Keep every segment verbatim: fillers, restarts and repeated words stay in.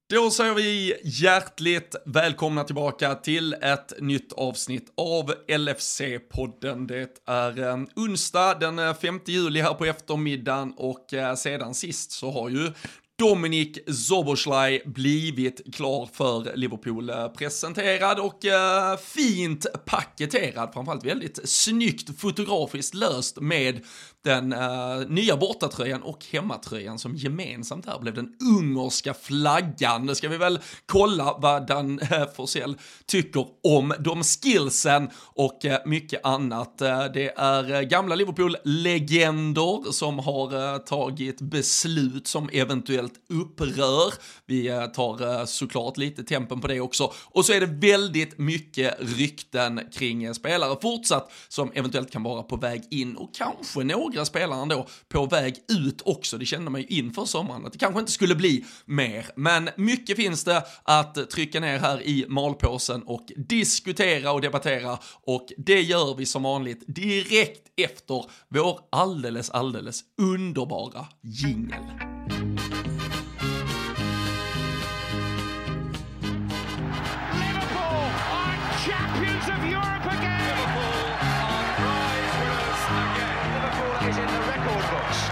Då säger vi hjärtligt välkomna tillbaka till ett nytt avsnitt av L F C-podden. Det är en onsdag den femte juli här på eftermiddagen och sedan sist så har ju Dominik Szoboszlai blivit klar för Liverpool, presenterad och uh, fint paketerad, framförallt väldigt snyggt fotografiskt löst med den uh, nya bortatröjan och hemmatröjan som gemensamt här blev den ungerska flaggan. Nu ska vi väl kolla vad Dan uh, Forsell tycker om de skillsen och uh, mycket annat. Uh, det är uh, gamla Liverpool-legender som har uh, tagit beslut som eventuellt upprör. Vi uh, tar uh, såklart lite tempen på det också. Och så är det väldigt mycket rykten kring uh, spelare fortsatt som eventuellt kan vara på väg in och kanske några Några spelare då på väg ut också. Det kände man ju inför sommaren att det kanske inte skulle bli mer. Men mycket finns det att trycka ner här i malpåsen och diskutera och debattera. Och det gör vi som vanligt direkt efter vår alldeles, alldeles underbara jingle. Liverpool are champions of Europe again. Liverpool are prize winners again. Liverpool is in the record books.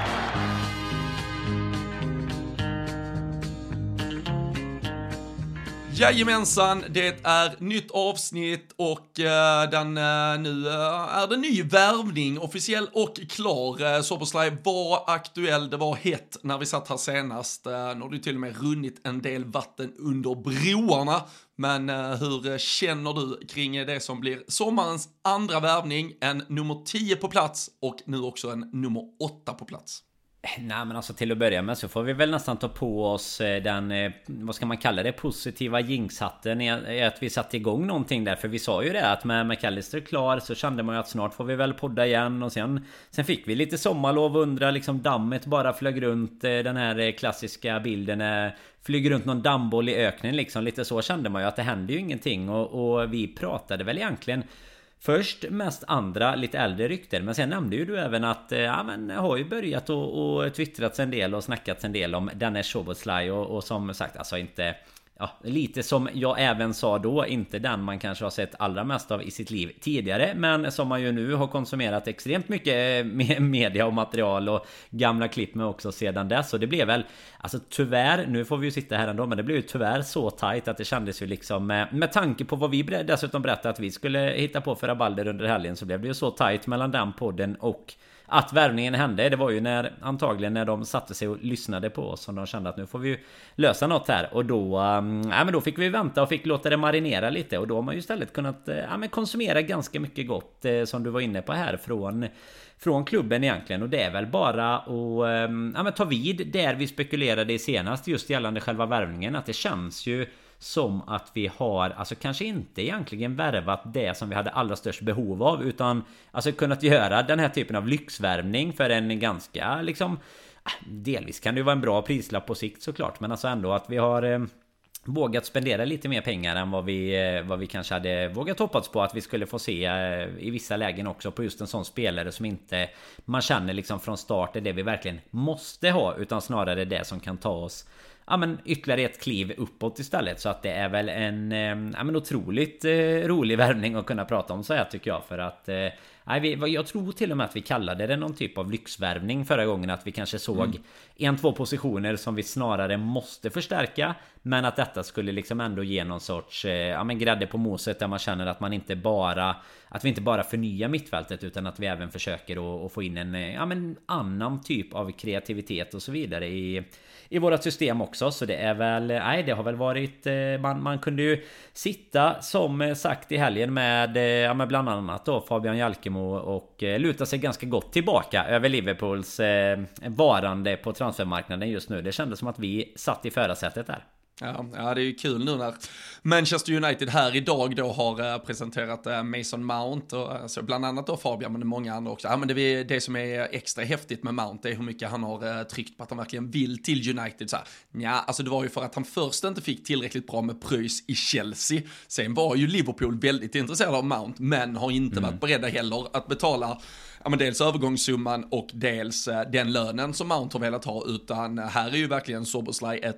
Jajamensan, det är nytt avsnitt och uh, den, uh, nu uh, är det ny värvning, officiell och klar. Uh, Szoboszlai var aktuell, det var hett när vi satt här senast. Uh, nu har det till och med runnit en del vatten under broarna. Men uh, hur känner du kring det som blir sommarens andra värvning? En nummer tio på plats och nu också en nummer åtta på plats. Nej, men alltså till att börja med så får vi väl nästan ta på oss den, vad ska man kalla det, positiva jinxhatten i att vi satte igång någonting där. För vi sa ju det att med McAllister klar så kände man ju att snart får vi väl podda igen. Och sen, sen fick vi lite sommarlov och undra liksom dammet bara flög runt, den här klassiska bilden flyger runt någon dammboll i öknen liksom. Lite så kände man ju att det hände ju ingenting. Och, och vi pratade väl egentligen först mest andra lite äldre rykter. Men sen nämnde ju du även att ja, men har ju börjat och, och twittrats en del och snackats en del om Daniel Szoboszlai och, och som sagt alltså inte, ja, lite som jag även sa då, inte den man kanske har sett allra mest av i sitt liv tidigare, men som man ju nu har konsumerat extremt mycket media och material och gamla klipp med också sedan dess. Och det blev väl, alltså tyvärr, nu får vi ju sitta här ändå, men det blev ju tyvärr så tajt att det kändes ju liksom med, med tanke på vad vi dessutom berättade att vi skulle hitta på för rabalder under helgen, så blev det ju så tajt mellan den podden och att värvningen hände. Det var ju när, antagligen när de satte sig och lyssnade på oss, som de kände att nu får vi ju lösa något här. Och då, um, ja, men då fick vi vänta och fick låta det marinera lite. Och då har man ju istället kunnat ja, men konsumera ganska mycket gott, eh, som du var inne på här, från, från klubben egentligen. Och det är väl bara att um, ja, men ta vid där vi spekulerade i senast just gällande själva värvningen. Att det känns ju som att vi har, alltså kanske inte egentligen värvat det som vi hade allra störst behov av, utan alltså kunnat göra den här typen av lyxvärvning för en ganska liksom, delvis kan det ju vara en bra prislapp på sikt såklart, men alltså ändå att vi har eh, vågat spendera lite mer pengar än vad vi, eh, vad vi kanske hade vågat hoppats på att vi skulle få se eh, i vissa lägen också, på just en sån spelare som inte man känner liksom från start är det vi verkligen måste ha, utan snarare det som kan ta oss ja, men ytterligare ett kliv uppåt istället. Så att det är väl en ja, men otroligt eh, rolig värvning att kunna prata om så här, tycker jag. För att eh, nej, vi, jag tror till och med att vi kallade det någon typ av lyxvärvning förra gången. Att vi kanske såg mm. en, två positioner som vi snarare måste förstärka, men att detta skulle liksom ändå ge någon sorts eh, ja, men grädde på moset, där man känner att man inte bara att vi inte bara förnyar mittfältet, utan att vi även försöker att, att få in en ja, men annan typ av kreativitet och så vidare i i vårat system också. Så det är väl, nej, det har väl varit, man, man kunde ju sitta som sagt i helgen med, ja, med bland annat då Fabian Jalkemo och luta sig ganska gott tillbaka över Liverpools eh, varande på transfermarknaden just nu. Det kändes som att vi satt i förarsätet där. Ja, ja, det är ju kul nu när Manchester United här idag då har uh, presenterat uh, Mason Mount och uh, så bland annat då Fabian, men många andra också. Ja, men det, är, det som är extra häftigt med Mount är hur mycket han har uh, tryckt på att han verkligen vill till United. Så här, ja, alltså det var ju för att han först inte fick tillräckligt bra med pröjs i Chelsea. Sen var ju Liverpool väldigt intresserad av Mount, men har inte mm. varit beredda heller att betala ja, men dels övergångssumman och dels uh, den lönen som Mount har velat ha, utan uh, här är ju verkligen Szoboszlai ett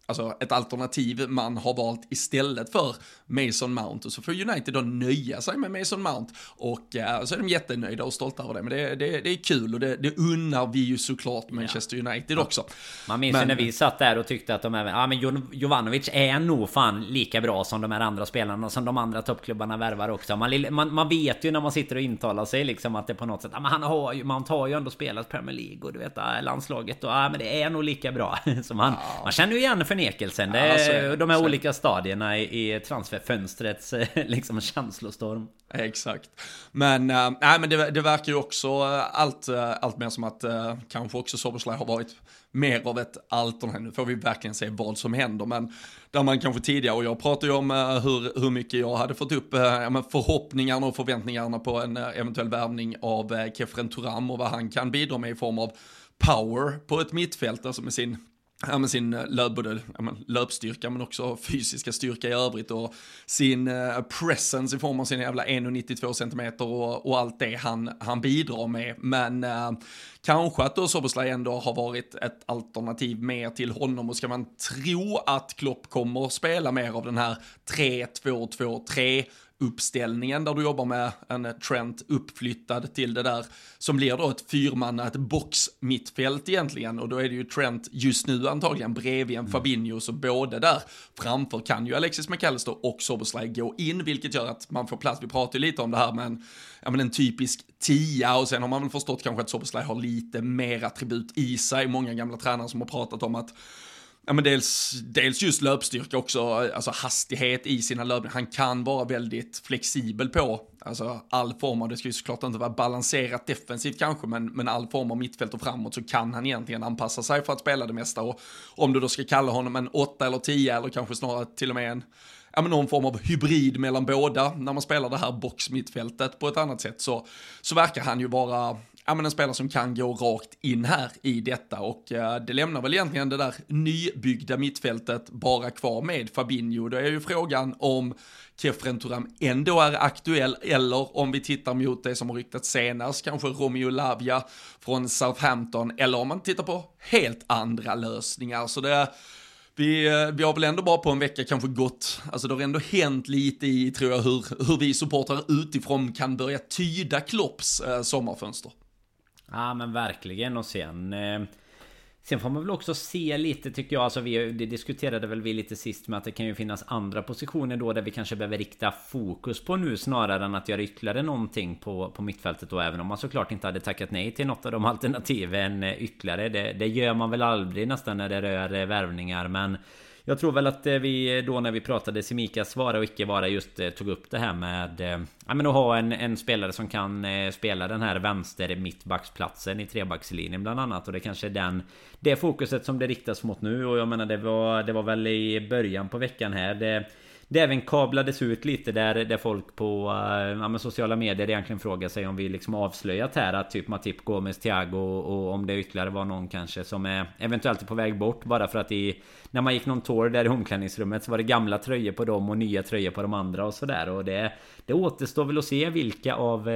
alltså ett alternativ man har valt istället för Mason Mount. Och så får United då nöja sig med Mason Mount. Och äh, så är de jättenöjda och stolta över det. Men det, det, det är kul och det, det unnar vi ju såklart Manchester ja. United också. Man minns men, ju när vi satt där och tyckte att de är, ja, men Jovanovic är nog fan lika bra som de här andra spelarna, som de andra toppklubbarna värvar också. Man, man, man vet ju när man sitter och intalar sig liksom att det på något sätt, ja, men han har ju, man tar ju ändå spelat Premier League och du vet, landslaget och ja, men det är nog lika bra. Så man, ja. man känner ju igen förnekelsen. Det är, ja, är de här olika stadierna i, i transferfönstrets liksom känslostorm. Exakt. Men, äh, nej, men det, det verkar ju också allt, allt mer som att äh, kanske också Szoboszlai har varit mer av ett alternativ. Nu får vi verkligen se vad som händer, men där man kanske tidigare, och jag pratade ju om äh, hur, hur mycket jag hade fått upp äh, förhoppningarna och förväntningarna på en äh, eventuell värvning av äh, Khéphren Thuram och vad han kan bidra med i form av power på ett mittfält, alltså med sin Ja, men sin löp, både, ja, men, löpstyrka men också fysiska styrka i övrigt och sin uh, presence i form av sin jävla en komma nittiotvå centimeter och, och allt det han, han bidrar med. Men uh, kanske att då Szoboszlai ändå har varit ett alternativ mer till honom, och ska man tro att Klopp kommer att spela mer av den här tre två två tre uppställningen där du jobbar med en Trent uppflyttad till det där som blir då ett fyrmanna, ett box-mittfält egentligen, och då är det ju Trent just nu antagligen bredvid en Fabinho, så både där framför kan ju Alexis McAllister och Szoboszlai gå in, vilket gör att man får plats. Vi pratar ju lite om det här med en, ja, men en typisk tia, och sen har man väl förstått kanske att Szoboszlai har lite mer attribut i sig. Många gamla tränare som har pratat om att ja, men dels, dels just löpstyrka också, alltså hastighet i sina löpningar. Han kan vara väldigt flexibel på alltså all form av, det ska ju såklart inte vara balanserat defensivt kanske, men, men all form av mittfält och framåt så kan han egentligen anpassa sig för att spela det mesta. Och om du då ska kalla honom en åtta eller tio eller kanske snarare till och med en ja, men någon form av hybrid mellan båda när man spelar det här boxmittfältet på ett annat sätt, så, så verkar han ju vara ja, men en spelare som kan gå rakt in här i detta, och eh, det lämnar väl egentligen det där nybyggda mittfältet bara kvar med Fabinho. Då är ju frågan om Khéphren Thuram ändå är aktuell, eller om vi tittar mot det som har ryktats senast, kanske Romeo Lavia från Southampton, eller om man tittar på helt andra lösningar. Så det Vi, vi har väl ändå bara på en vecka kanske gått, alltså det har ändå hänt lite i, tror jag, hur, hur vi supportrar utifrån kan börja tyda Klopps eh, sommarfönster. Ja, men verkligen. Och sen eh, sen får man väl också se lite, tycker jag, alltså vi, det diskuterade väl vi lite sist med att det kan ju finnas andra positioner då där vi kanske behöver rikta fokus på nu snarare än att göra ytterligare någonting på, på mittfältet då, även om man såklart inte hade tackat nej till något av de alternativen ytterligare. Det, det gör man väl aldrig nästan när det rör värvningar, men jag tror väl att vi då när vi pratade Simikas vara och icke vara just tog upp det här med ja, men att ha en, en spelare som kan spela den här vänster mittbacksplatsen i trebackslinjen bland annat, och det kanske är den, det fokuset som det riktas mot nu. Och jag menar det var, det var väl i början på veckan här det Det även kablades ut lite där, där folk på ja, men sociala medier egentligen frågar sig om vi liksom avslöjat här att typ Matip, Gomes, Thiago och, och om det ytterligare var någon kanske som är eventuellt på väg bort, bara för att i, när man gick någon tour där i omklädningsrummet så var det gamla tröjor på dem och nya tröjor på de andra och sådär. Och det, det återstår väl att se vilka av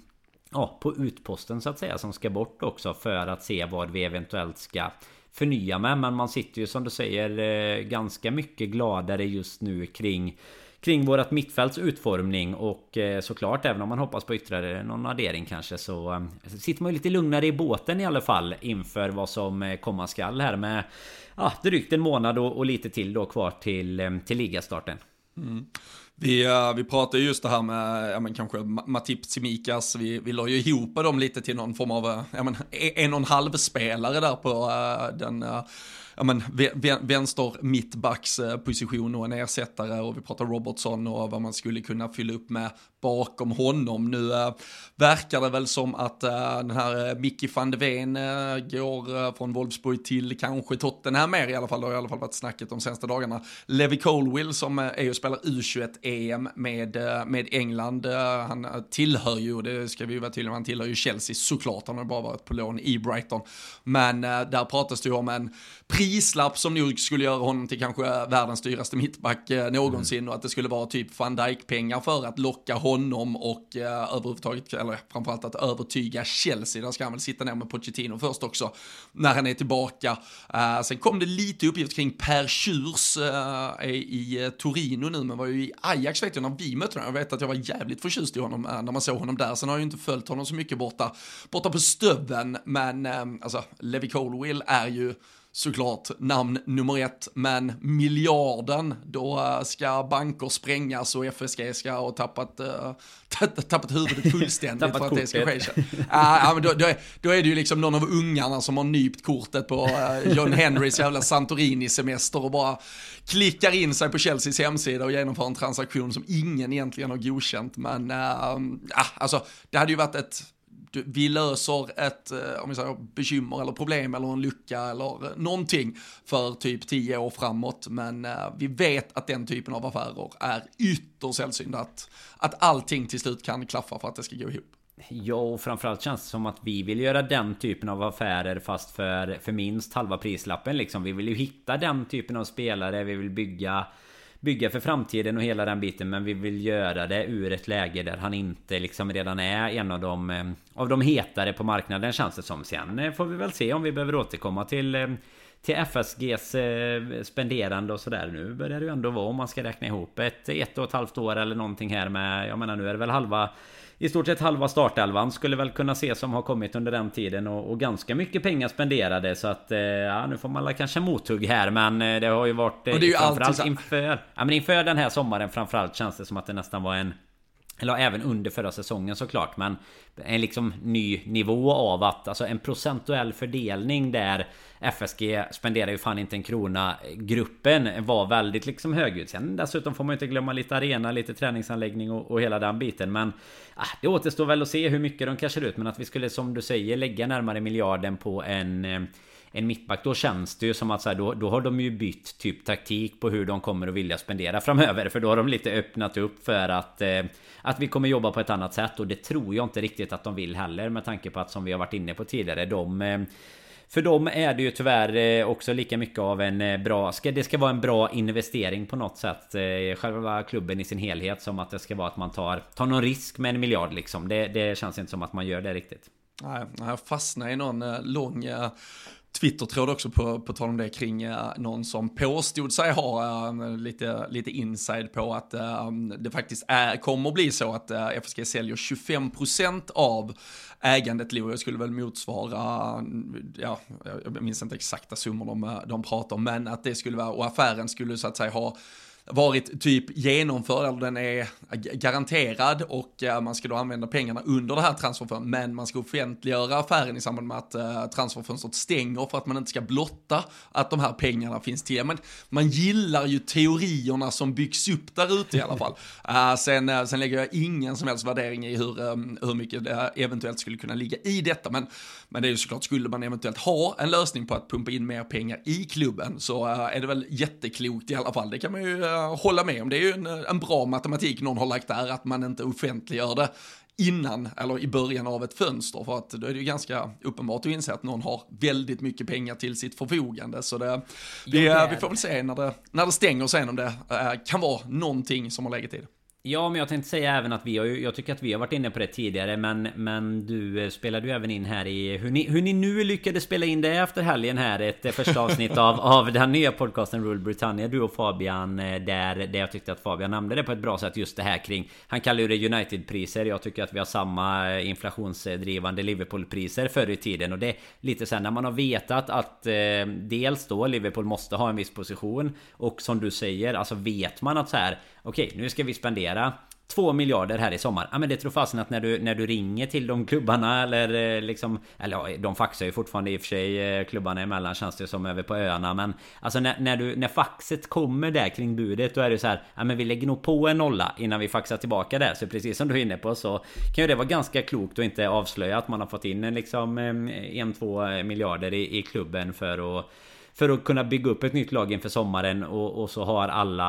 ja, på utposten så att säga som ska bort också, för att se vad vi eventuellt ska förnya med. Men man sitter ju som du säger ganska mycket gladare just nu kring kring vårat mittfälts utformning, och såklart även om man hoppas på ytterligare någon addering kanske, så sitter man ju lite lugnare i båten i alla fall inför vad som komma skall här med ja, drygt en månad och, och lite till då kvar till, till ligastarten. Mm. Vi, vi pratar just det här med ja, men kanske Matip, Tsimikas, vi, vi la ju ihop dem lite till någon form av ja, men, en och en halv spelare där på uh, den uh, ja, men, vänster mittbacks position och en ersättare, och vi pratar Robertson och vad man skulle kunna fylla upp med bakom honom. Nu äh, verkar det väl som att äh, den här äh, Mickey van de Ven äh, går äh, från Wolfsburg till kanske Tottenham mer i alla fall. Det har i alla fall varit snacket de senaste dagarna. Levi Colwill som äh, är ju spelar U tjugoett E M med, äh, med England. Äh, han äh, tillhör ju, och det ska vi ju vara tydliga med, han tillhör ju Chelsea såklart. Han har bara varit på lån i Brighton. Men äh, där pratas det ju om en prislapp som nog skulle göra honom till kanske världens dyraste mittback eh, någonsin mm. och att det skulle vara typ Van Dijk-pengar för att locka honom och eh, överhuvudtaget, eller framförallt att övertyga Chelsea. Där ska han väl sitta ner med Pochettino först också när han är tillbaka. Uh, sen kom det lite uppgift kring Per Schürz uh, i uh, Torino nu, men var ju i Ajax vet jag när vi mötte honom. Jag vet att jag var jävligt förtjust i honom uh, när man såg honom där. Sen har jag ju inte följt honom så mycket borta, borta på Stöven, men uh, alltså Levi Colwill är ju såklart namn nummer ett, men miljarden, då ska banker sprängas och F S G ska ha tappat, uh, tappat huvudet fullständigt för att det ska ske. Uh, men då, då, är, då är det ju liksom någon av ungarna som har nypt kortet på uh, John Henrys jävla Santorini-semester och bara klickar in sig på Chelseas hemsida och genomför en transaktion som ingen egentligen har godkänt. Men uh, uh, alltså, det hade ju varit ett vi löser ett om vi säger, bekymmer eller problem eller en lucka eller någonting för typ tio år framåt, men uh, vi vet att den typen av affärer är ytterst sällsynt, att, att allting till slut kan klaffa för att det ska gå ihop. Ja, och framförallt känns det som att vi vill göra den typen av affärer fast för, för minst halva prislappen liksom. Vi vill ju hitta den typen av spelare, vi vill bygga bygga för framtiden och hela den biten, men vi vill göra det ur ett läge där han inte liksom redan är en av de av de hetare på marknaden, känns det som. Sen får vi väl se om vi behöver återkomma till till F S G:s spenderande och sådär. Nu börjar det ju ändå vara, om man ska räkna ihop ett ett och ett halvt år eller någonting här med, jag menar nu är det väl halva i stort sett halva startelvan skulle väl kunna se som har kommit under den tiden, och, och ganska mycket pengar spenderade, så att ja, nu får man kanske mothugg här, men det har ju varit och det är ju framförallt inför, ja, men inför den här sommaren framförallt känns det som att det nästan var en, eller även under förra säsongen såklart, men en liksom ny nivå av att, alltså en procentuell fördelning där F S G spenderar ju fan inte en krona. Gruppen var väldigt liksom högljudd. Sen dessutom får man inte glömma lite arena, lite träningsanläggning och, och hela den biten. Men ah, det återstår väl att se hur mycket de cashar ut. Men att vi skulle, som du säger, lägga närmare miljarden på en... en mittback, då känns det ju som att så här, då, då har de ju bytt typ taktik på hur de kommer att vilja spendera framöver, för då har de lite öppnat upp för att eh, att vi kommer jobba på ett annat sätt, och det tror jag inte riktigt att de vill heller, med tanke på att, som vi har varit inne på tidigare, de eh, för dem är det ju tyvärr eh, också lika mycket av en eh, bra, ska, det ska vara en bra investering på något sätt, eh, själva klubben i sin helhet, som att det ska vara att man tar, tar någon risk med en miljard liksom. Det, det känns inte som att man gör det riktigt. Nej, jag fastnar i någon eh, lång eh... Twitter-tråd också på, på tal om det, kring uh, någon som påstod sig ha uh, lite, lite inside på att uh, det faktiskt är, kommer att bli så att uh, F S G säljer tjugofem procent av ägandet. Jag skulle väl motsvara, uh, ja, jag minns inte exakta summor de, de pratar om, men att det skulle vara, och affären skulle så att säga ha varit typ genomförd, eller den är garanterad, och uh, man ska då använda pengarna under det här transferfönstret, men man ska offentliggöra affären i samband med att uh, transferfönstret stänger, för att man inte ska blotta att de här pengarna finns till. Men man gillar ju teorierna som byggs upp där ute i alla fall. Uh, sen, uh, sen lägger jag ingen som helst värdering i hur, um, hur mycket det eventuellt skulle kunna ligga i detta, men, men det är ju såklart, skulle man eventuellt ha en lösning på att pumpa in mer pengar i klubben, så uh, är det väl jätteklokt i alla fall. Det kan man ju uh, hålla med om. Det är ju en, en bra matematik någon har lagt där, att man inte offentliggör det innan eller i början av ett fönster, för att då är det ju ganska uppenbart att inse att någon har väldigt mycket pengar till sitt förfogande, så det, det, ja, vi får väl se när det, när det stänger sen om det äh, kan vara någonting som har legat i det. Ja, men jag tänkte säga även att vi har ju, jag tycker att vi har varit inne på det tidigare, men, men du spelade ju även in här i hur ni, hur ni nu lyckades spela in det efter helgen här, ett första avsnitt av, av den nya podcasten Rule Britannia, du och Fabian, där, där jag tyckte att Fabian nämnde det på ett bra sätt, just det här kring, han kallar ju det United-priser, jag tycker att vi har samma inflationsdrivande Liverpool-priser förr i tiden, och det är lite sen när man har vetat att eh, dels då Liverpool måste ha en viss position, och som du säger, alltså vet man att så här, okej, okay, nu ska vi spendera två miljarder här i sommar. Ja, men det tror fasen att när du, när du ringer till de klubbarna, eller liksom, eller ja, de faxar ju fortfarande i och för sig klubbarna emellan, känns det som, över på öarna, men alltså när, när, du, när faxet kommer där kring budet, då är det så här, ja men vi lägger nog på en nolla innan vi faxar tillbaka där, så precis som du är inne på, så kan ju det vara ganska klokt att inte avslöja att man har fått in en liksom en, två miljarder i, i klubben för att för att kunna bygga upp ett nytt lag inför sommaren, och, och så har alla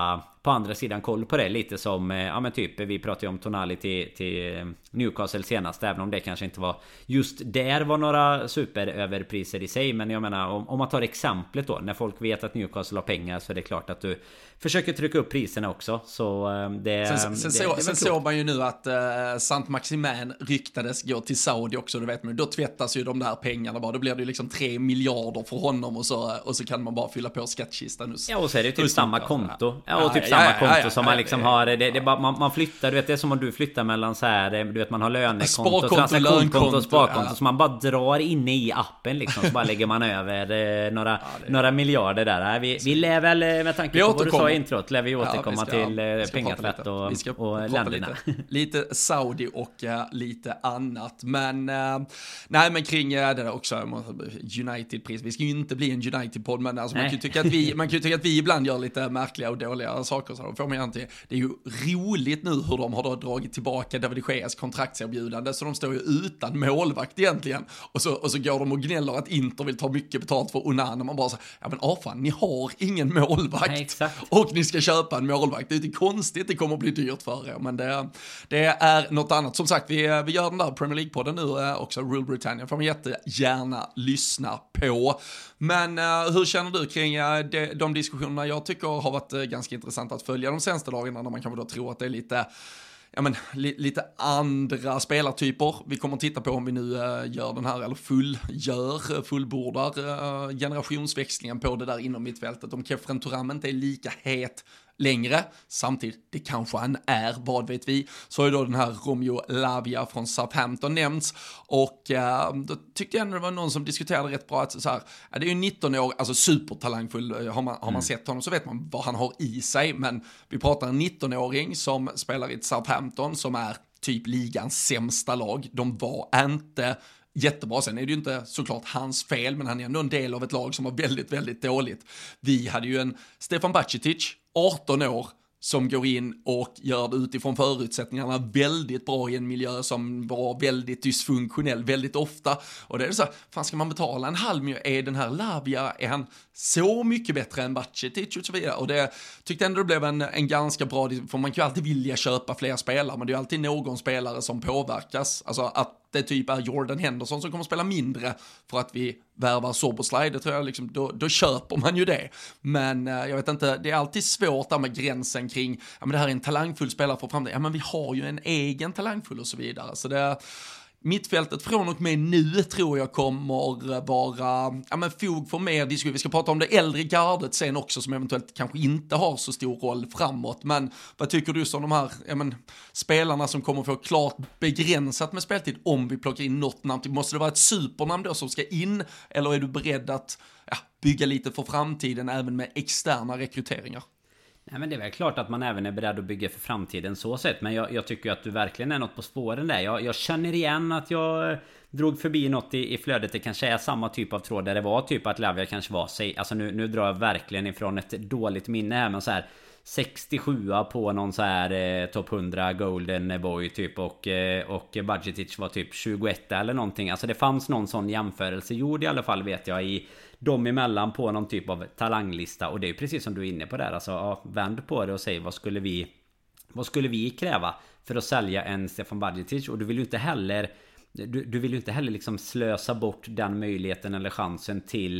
på andra sidan koll på det. Lite som, ja men typ, vi pratade ju om Tonali till, till Newcastle senast. Även om det kanske inte var just där var några superöverpriser i sig. Men jag menar, om, om man tar exemplet då, när folk vet att Newcastle har pengar, så är det klart att du försöker trycka upp priserna också. Så det, sen, sen, det, så, det sen såg man ju nu att uh, Saint-Maximin ryktades gå till Saudi också, det vet man. Då tvättas ju de där pengarna bara. Då blir det ju liksom tre miljarder för honom och så, och så kan man bara fylla på skattkistan. Ja, och så är det typ samma konto. Ja, och typ ja, samma ja, konto ja, ja, som ja, man liksom ja, har. Det, det bara, man, man flyttar, du vet, det är som om du flyttar mellan så här, du vet, man har lönekonto, sparkonto, transaktionskonto och sparkonto. Ja. Så man bara drar inne i appen liksom. Så bara lägger man över eh, några, ja, det... några miljarder där. Vi, vi lär väl, med tanke på vad du sa i introt, lär vi återkomma ja, vi ska, till eh, pengatvätt och, vi ska och länderna. Lite, lite Saudi och uh, lite annat. Men uh, nej, men kring uh, det där också United-pris. Vi ska ju inte bli en United-podd, men alltså, man kan ju tycka att vi man kan ju tycka att vi ibland gör lite märkliga och dåliga saker. Så får man till. Det är ju roligt nu hur de har då dragit tillbaka David de Geas kontraktserbjudande, så de står ju utan målvakt egentligen. Och så, och så går de och gnäller att Inter vill ta mycket betalt för Onana. Man bara så, ja men ah, fan, ni har ingen målvakt. Nej, exakt. Och ni ska köpa en målvakt. Det är inte konstigt, det kommer att bli dyrt för er. Men det, det är något annat. Som sagt, vi, vi gör den där Premier League-podden nu också, Rule Britannia. Får man jättegärna lyssna på. Men uh, hur känner du kring uh, de, de diskussionerna jag tycker har varit uh, ganska intressant att följa de senaste dagarna, när man kanske då tror att det är lite, ja men, li, lite andra spelartyper vi kommer att titta på om vi nu uh, gör den här, eller fullgör, fullbordar uh, generationsväxlingen på det där inom mittfältet. Om Kefren Thuram inte är lika het längre, samtidigt, det kanske han är, vad vet vi, så är då den här Romeo Lavia från Southampton nämnts, och äh, då tyckte jag ändå det var någon som diskuterade rätt bra att så här, ja, det är ju nitton år, alltså supertalangfull, har man, har man mm. sett honom så vet man vad han har i sig, men vi pratar en nitton-åring som spelar i ett Southampton som är typ ligans sämsta lag. De var inte jättebra. Sen är det ju inte såklart hans fel, men han är ändå en del av ett lag som var väldigt, väldigt dåligt. Vi hade ju en Stefan Bajcetic, arton år, som går in och gör det utifrån förutsättningarna väldigt bra i en miljö som var väldigt dysfunktionell väldigt ofta. Och det är så här, fan, ska man betala en halv miljon? Är den här Lavia, är han så mycket bättre än Bajcetic och så vidare? Och det tyckte ändå det blev en, en ganska bra, för man kan ju alltid vilja köpa fler spelare, men det är ju alltid någon spelare som påverkas. Alltså att det typ är Jordan Henderson som kommer att spela mindre för att vi värvar Szoboszlai, det tror jag liksom, då, då köper man ju det. Men eh, jag vet inte, det är alltid svårt där med gränsen kring, ja men det här är en talangfull spelare för framtiden, ja men vi har ju en egen talangfull och så vidare. Så det, mittfältet från och med nu tror jag kommer vara, ja men fog för mer diskussion. Vi ska prata om det äldre gardet sen också, som eventuellt kanske inte har så stor roll framåt. Men vad tycker du om de här, ja men, spelarna som kommer få klart begränsat med speltid om vi plockar in något namn? Måste det vara ett supernamn då som ska in, eller är du beredd att ja, bygga lite för framtiden även med externa rekryteringar? Nej, men det är väl klart att man även är beredd att bygga för framtiden så sett. Men jag, jag tycker att du verkligen är något på spåren där. Jag, jag känner igen att jag drog förbi något i, i flödet. Det kanske är samma typ av tråd där det var typ att Lavia kanske var sig. Alltså nu, nu drar jag verkligen ifrån ett dåligt minne här, men så här sextiosju på någon så här eh, topp hundra golden boy typ, och, eh, och Bajcetic var typ tjugoett eller någonting. Alltså det fanns någon sån jämförelse gjord i alla fall, vet jag, i dem emellan på någon typ av talanglista. Och det är ju precis som du är inne på där. Alltså ja, vänd på det och säg vad skulle vi vad skulle vi kräva för att sälja en Stefan Bajcetic? Och du vill ju inte heller du, du vill ju inte heller liksom slösa bort den möjligheten eller chansen till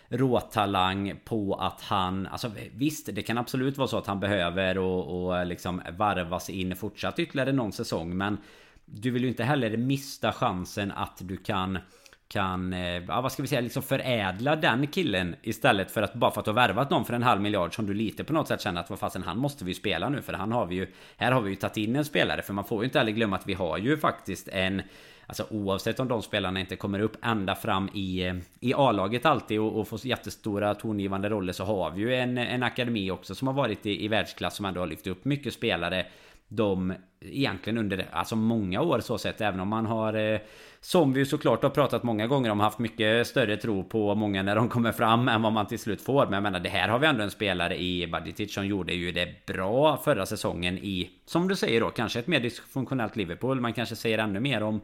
råtalang på att han, alltså visst, det kan absolut vara så att han behöver och, och liksom varvas in fortsatt ytterligare någon säsong, men du vill ju inte heller mista chansen att du kan kan, ja, vad ska vi säga, liksom förädla den killen istället för att bara för att du har värvat någon för en halv miljard som du lite på något sätt känner att vad fasen, han måste vi spela nu, för han har vi ju, här har vi ju tagit in en spelare, för man får ju inte heller glömma att vi har ju faktiskt en, alltså oavsett om de spelarna inte kommer upp ända fram i, i A-laget alltid och, och får jättestora tongivande roller, så har vi ju en, en akademi också som har varit i, i världsklass, som ändå har lyft upp mycket spelare de egentligen under alltså många år så sett, även om man har eh, som vi såklart har pratat många gånger om, haft mycket större tro på många när de kommer fram än vad man till slut får. Men jag menar, det här har vi ändå en spelare i Bajcetic som gjorde ju det bra förra säsongen i, som du säger då, kanske ett mer dysfunktionellt Liverpool. Man kanske säger ännu mer om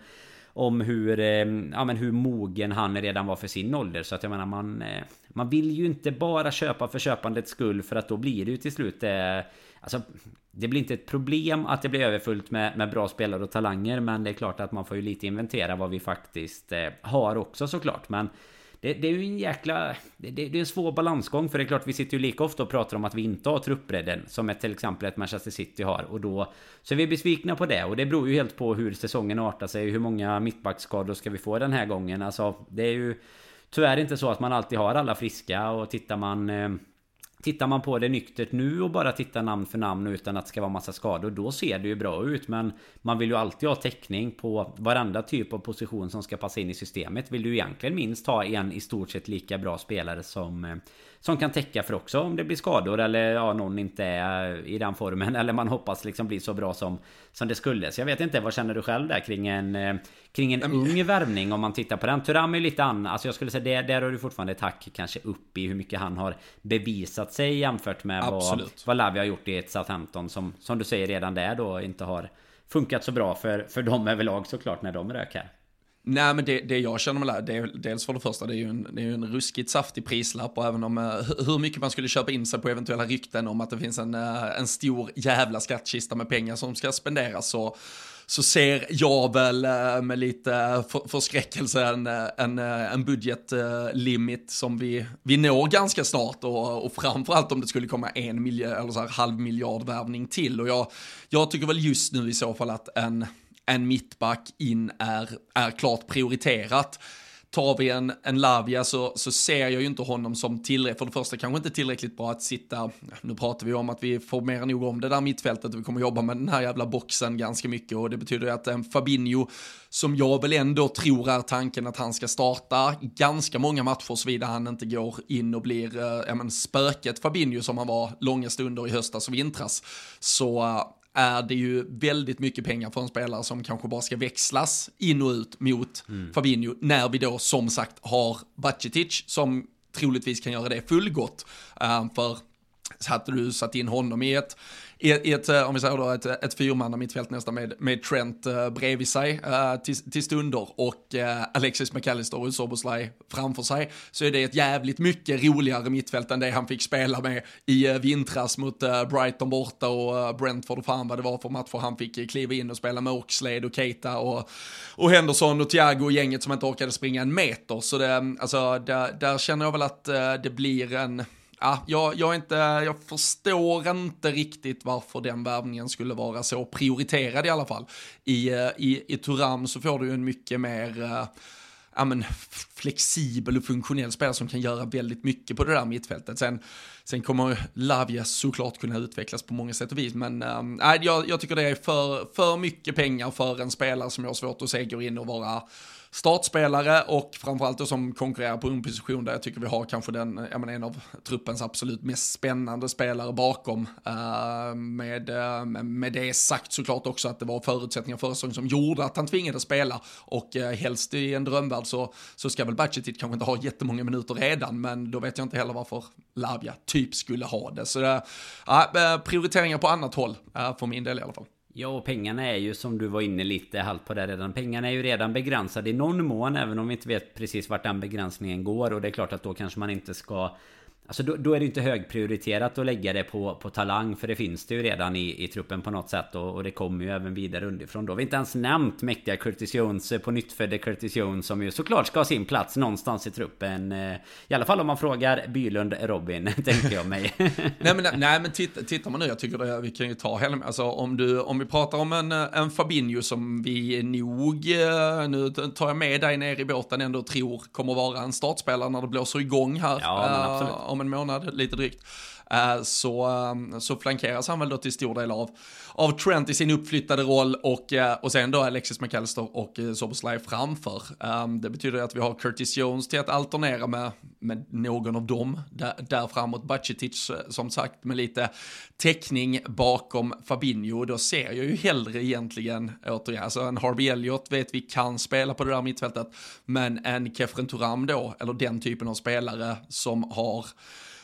om hur, ja, men hur mogen han redan var för sin ålder. Så att jag menar, man, man vill ju inte bara köpa för köpandets skull, för att då blir det ju till slut eh, alltså, det blir inte ett problem att det blir överfullt med, med bra spelare och talanger, men det är klart att man får ju lite inventera vad vi faktiskt eh, har också, såklart. Men det, det är ju en jäkla det, det är en svår balansgång, för det är klart vi sitter ju lika ofta och pratar om att vi inte har truppbredden som ett, till exempel ett Manchester City har, och då så är vi besvikna på det, och det beror ju helt på hur säsongen artar sig, hur många mittbackskador ska vi få den här gången. Alltså det är ju tyvärr inte så att man alltid har alla friska, och tittar man eh, Tittar man på det nyktert nu och bara tittar namn för namn utan att det ska vara massa skador, då ser det ju bra ut. Men man vill ju alltid ha täckning på varenda typ av position som ska passa in i systemet. Vill du egentligen minst ha en i stort sett lika bra spelare som, som kan täcka för också om det blir skador, eller ja, någon inte är i den formen, eller man hoppas liksom bli så bra som, som det skulle. Så jag vet inte, vad känner du själv där kring en, kring en ung värvning om man tittar på den? Thuram är lite annan, alltså jag skulle säga det, där har du fortfarande ett hack kanske upp i hur mycket han har bevisat sig jämfört med vad, vad Lavia har gjort i ett Southampton som, som du säger redan där då inte har funkat så bra för, för dem överlag, såklart, när de rökar. Nej, men det, det jag känner med det, det är dels för det första, det är ju en, det är ju en ruskigt saftig prislapp, och även om hur mycket man skulle köpa in sig på eventuella rykten om att det finns en, en stor jävla skattkista med pengar som ska spenderas, så så ser jag väl med lite för, förskräckelse en, en, en budgetlimit som vi, vi når ganska snart, och, och framförallt om det skulle komma en miljard eller så här halv miljard värvning till, och jag, jag tycker väl just nu i så fall att en en mittback in är, är klart prioriterat. Tar vi en, en Lavia så, så ser jag ju inte honom som tillräckligt, för det första kanske inte tillräckligt bra att sitta, nu pratar vi om att vi får mer nog om det där mittfältet, och vi kommer jobba med den här jävla boxen ganska mycket, och det betyder att en Fabinho, som jag väl ändå tror är tanken att han ska starta ganska många matcher såvida han inte går in och blir äh, men, spöket Fabinho som han var långa stunder i höstas och vintras, så äh, är det ju väldigt mycket pengar för en spelare som kanske bara ska växlas in och ut mot mm. Fabinho, när vi då som sagt har Bajcetic som troligtvis kan göra det fullgott. Uh, för så hade du satt in honom i ett, i ett, i ett om vi säger då, ett, ett fyrmanna mittfält nästan med, med Trent uh, bredvid sig uh, till, till stunder, och uh, Alexis McAllister och Szoboszlai framför sig, så är det ett jävligt mycket roligare mittfält än det han fick spela med i uh, vintras mot uh, Brighton borta och uh, Brentford, och fan vad det var för matcher han fick uh, kliva in och spela med Oxlade och Keita och, och Henderson och Thiago och gänget som inte orkade springa en meter. Så det, alltså, där, där känner jag väl att uh, det blir en Ja, jag, jag, inte, jag förstår inte riktigt varför den värvningen skulle vara så prioriterad i alla fall. I, i, i Thuram så får du ju en mycket mer uh, ja, men, flexibel och funktionell spelare som kan göra väldigt mycket på det där mittfältet. Sen, sen kommer Lavia såklart kunna utvecklas på många sätt och vis, men um, jag, jag tycker det är för, för mycket pengar för en spelare som jag har svårt att se går in och vara startspelare, och framförallt då som konkurrerar på en position där jag tycker vi har kanske den, jag menar, en av truppens absolut mest spännande spelare bakom. Uh, med, uh, med det sagt såklart också att det var förutsättningar för säsongen som gjorde att han tvingade spela, och uh, helst i en drömvärld så, så ska väl Bajcetic kanske inte ha jättemånga minuter redan, men då vet jag inte heller varför Lavia typ skulle ha det. Så uh, uh, prioriteringar på annat håll uh, för min del i alla fall. Ja, och pengarna är ju, som du var inne lite halvt på där redan, pengarna är ju redan begränsade i någon mån, även om vi inte vet precis vart den begränsningen går, och det är klart att då kanske man inte ska, alltså då, då är det inte högprioriterat att lägga det på, på talang, för det finns det ju redan i, i truppen på något sätt, och, och det kommer ju även vidare underifrån. Då har vi inte ens nämnt mäktiga Curtis Jones, på nyttfödde Curtis Jones, som ju såklart ska ha sin plats någonstans i truppen, i alla fall om man frågar Bylund Robin, tänker jag mig. nej men, nej, men titta, tittar man nu, jag tycker det, vi kan ju ta hela, alltså om, du, om vi pratar om en, en Fabinho som vi nog, nu tar jag med dig ner i båten, ändå tror kommer vara en startspelare när det blåser igång här. Ja, uh, om en månad, lite drygt, uh, så, um, så flankeras han väl då till stor del av, av Trent i sin uppflyttade roll, och, uh, och sen då Alexis McAllister och uh, Szoboszlai framför. Um, det betyder att vi har Curtis Jones till att alternera med, med någon av dem där, där framåt. Bajcetic som sagt med lite täckning bakom Fabinho. Då ser jag ju hellre egentligen återigen, alltså en Harvey Elliott vet vi kan spela på det där mittfältet, men en Khéphren Thuram då, eller den typen av spelare som har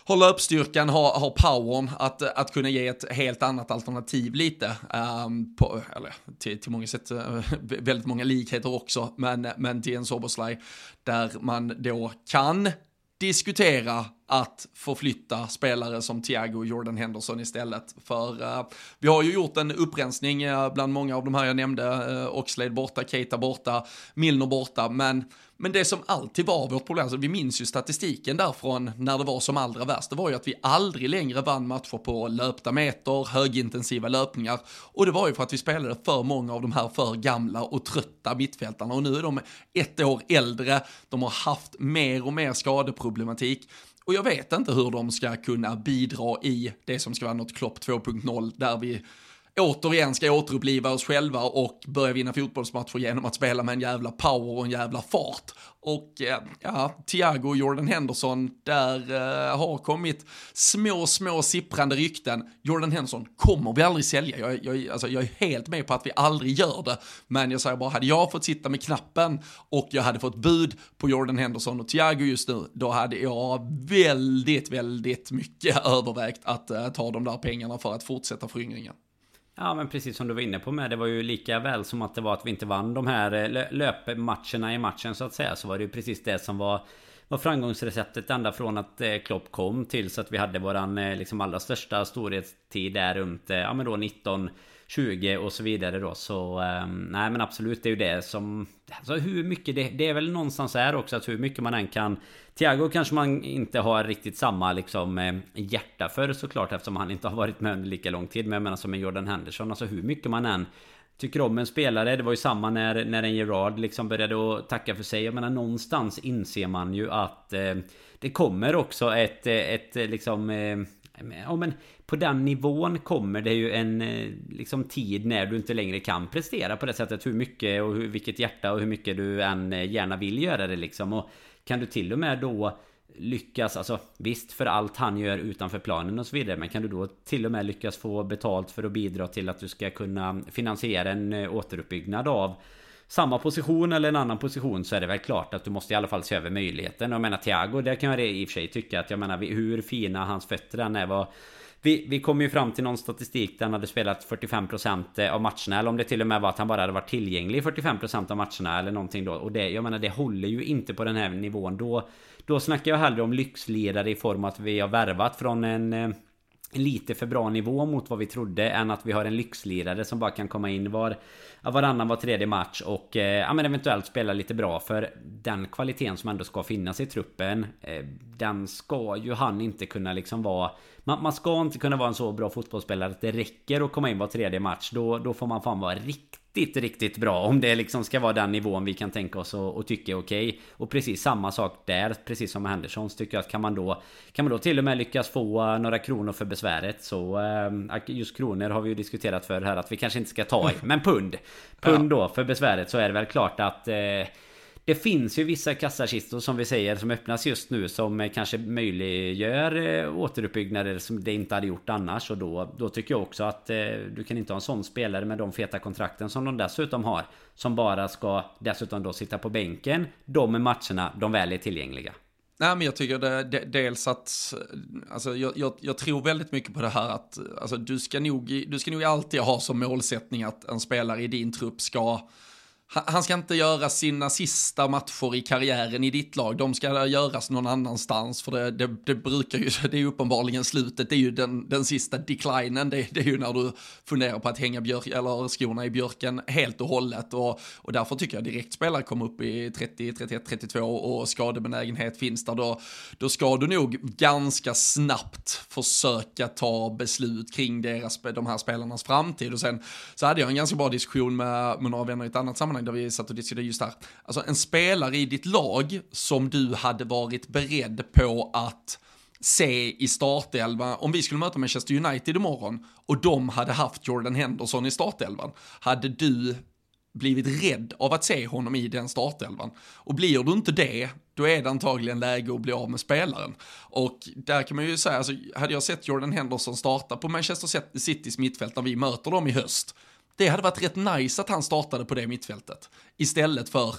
har löpstyrkan, har, har powern att, att kunna ge ett helt annat alternativ lite. Um, på, eller till, till många sätt, uh, väldigt många likheter också, men, men till en Szoboszlai där man då kan diskutera att förflytta spelare som Thiago och Jordan Henderson istället. För uh, vi har ju gjort en upprensning uh, bland många av de här jag nämnde. Uh, Oxlade borta, Keita borta, Milner borta. Men, men det som alltid var vårt problem, alltså vi minns ju statistiken därifrån när det var som allra värst. Det var ju att vi aldrig längre vann matcher på löpta meter, högintensiva löpningar. Och det var ju för att vi spelade för många av de här för gamla och trötta mittfältarna. Och nu är de ett år äldre. De har haft mer och mer skadeproblematik. Och jag vet inte hur de ska kunna bidra i det som ska vara något Klopp två punkt noll där vi återigen ska återuppliva oss själva och börja vinna fotbollsmatcher genom att spela med en jävla power och en jävla fart. Och ja, Thiago och Jordan Henderson, där uh, har kommit små, små sipprande rykten. Jordan Henderson kommer vi aldrig sälja. Jag, jag, alltså, jag är helt med på att vi aldrig gör det. Men jag säger bara, hade jag fått sitta med knappen och jag hade fått bud på Jordan Henderson och Thiago just nu, då hade jag väldigt, väldigt mycket övervägt att uh, ta de där pengarna för att fortsätta föryngringen. Ja, men precis som du var inne på med, det var ju lika väl som att det var att vi inte vann de här löpmatcherna i matchen så att säga, så var det ju precis det som var, var framgångsreceptet ända från att Klopp kom till så att vi hade våran liksom allra största storhetstid där runt ja men då nitton tjugo och så vidare då. Så um, nej men absolut, det är ju det som alltså hur mycket det, det är väl någonstans här också, att hur mycket man än kan. Thiago kanske man inte har riktigt samma liksom hjärta för såklart, eftersom han inte har varit med under lika lång tid, men jag menar som en Jordan Henderson, alltså hur mycket man än tycker om en spelare. Det var ju samma när, när en Gerrard liksom började att tacka för sig. Jag menar någonstans inser man ju att eh, det kommer också ett, ett liksom eh, ja, men på den nivån kommer det ju en liksom tid när du inte längre kan prestera på det sättet, hur mycket och hur, vilket hjärta och hur mycket du än gärna vill göra det liksom. Och kan du till och med då lyckas, alltså visst för allt han gör utanför planen och så vidare, men kan du då till och med lyckas få betalt för att bidra till att du ska kunna finansiera en återuppbyggnad av samma position eller en annan position, så är det väl klart att du måste i alla fall se över möjligheten. Och jag menar Thiago, där kan jag i och för sig tycka att jag menar hur fina hans fötter än är, var Vi, vi kom ju fram till någon statistik där han hade spelat fyrtiofem procent av matcherna, eller om det till och med var att han bara hade varit tillgänglig i fyrtiofem procent av matcherna eller någonting då. Och det, jag menar det håller ju inte på den här nivån. Då, då snackar jag hellre om lyxledare i form av att vi har värvat från en, en lite för bra nivå mot vad vi trodde, än att vi har en lyxledare som bara kan komma in var, varannan var tredje match och eh, ja, men eventuellt spela lite bra. För den kvaliteten som ändå ska finnas i truppen, eh, den ska ju han inte kunna liksom vara. Man, man ska inte kunna vara en så bra fotbollsspelare att det räcker att komma in var tredje match. Då, då får man fan vara riktigt, riktigt bra om det liksom ska vara den nivån vi kan tänka oss och, och tycka är okej. Och precis samma sak där, precis som med Hendersons, tycker jag att kan man då kan man då till och med lyckas få några kronor för besväret, så äh, just kronor har vi ju diskuterat för här att vi kanske inte ska ta i, men pund pund då för besväret, så är det väl klart att äh, det finns ju vissa kassakistor som vi säger som öppnas just nu som kanske möjliggör återuppbyggnader som det inte hade gjort annars. Och då, då tycker jag också att eh, du kan inte ha en sån spelare med de feta kontrakten som de dessutom har, som bara ska dessutom då sitta på bänken de matcherna de väl är tillgängliga. Nej, men jag tycker det, det, dels att alltså, jag, jag, jag tror väldigt mycket på det här att alltså, du, ska nog, du ska nog alltid ha som målsättning att en spelare i din trupp ska Han ska inte göra sina sista matcher i karriären i ditt lag. De ska göras någon annanstans. För det, det, det brukar ju, det är ju uppenbarligen slutet. Det är ju den, den sista declinen. Det, det är ju när du funderar på att hänga björk, eller skorna i björken helt och hållet. Och, och därför tycker jag direkt spelare kommer upp i trettio, trettioett, trettiotvå och skadebenägenhet finns där. Då, då ska du nog ganska snabbt försöka ta beslut kring deras, de här spelarnas framtid. Och sen så hade jag en ganska bra diskussion med, med några vänner i ett annat sammanhang där vi satt och diskuterade just här. Alltså en spelare i ditt lag som du hade varit beredd på att se i startelvan, om vi skulle möta Manchester United imorgon och de hade haft Jordan Henderson i startelvan, hade du blivit rädd av att se honom i den startelvan? Och blir du inte det, då är det antagligen läge att bli av med spelaren. Och där kan man ju säga, alltså, hade jag sett Jordan Henderson starta på Manchester Citys mittfält när vi möter dem i höst, det hade varit rätt nice att han startade på det mittfältet istället för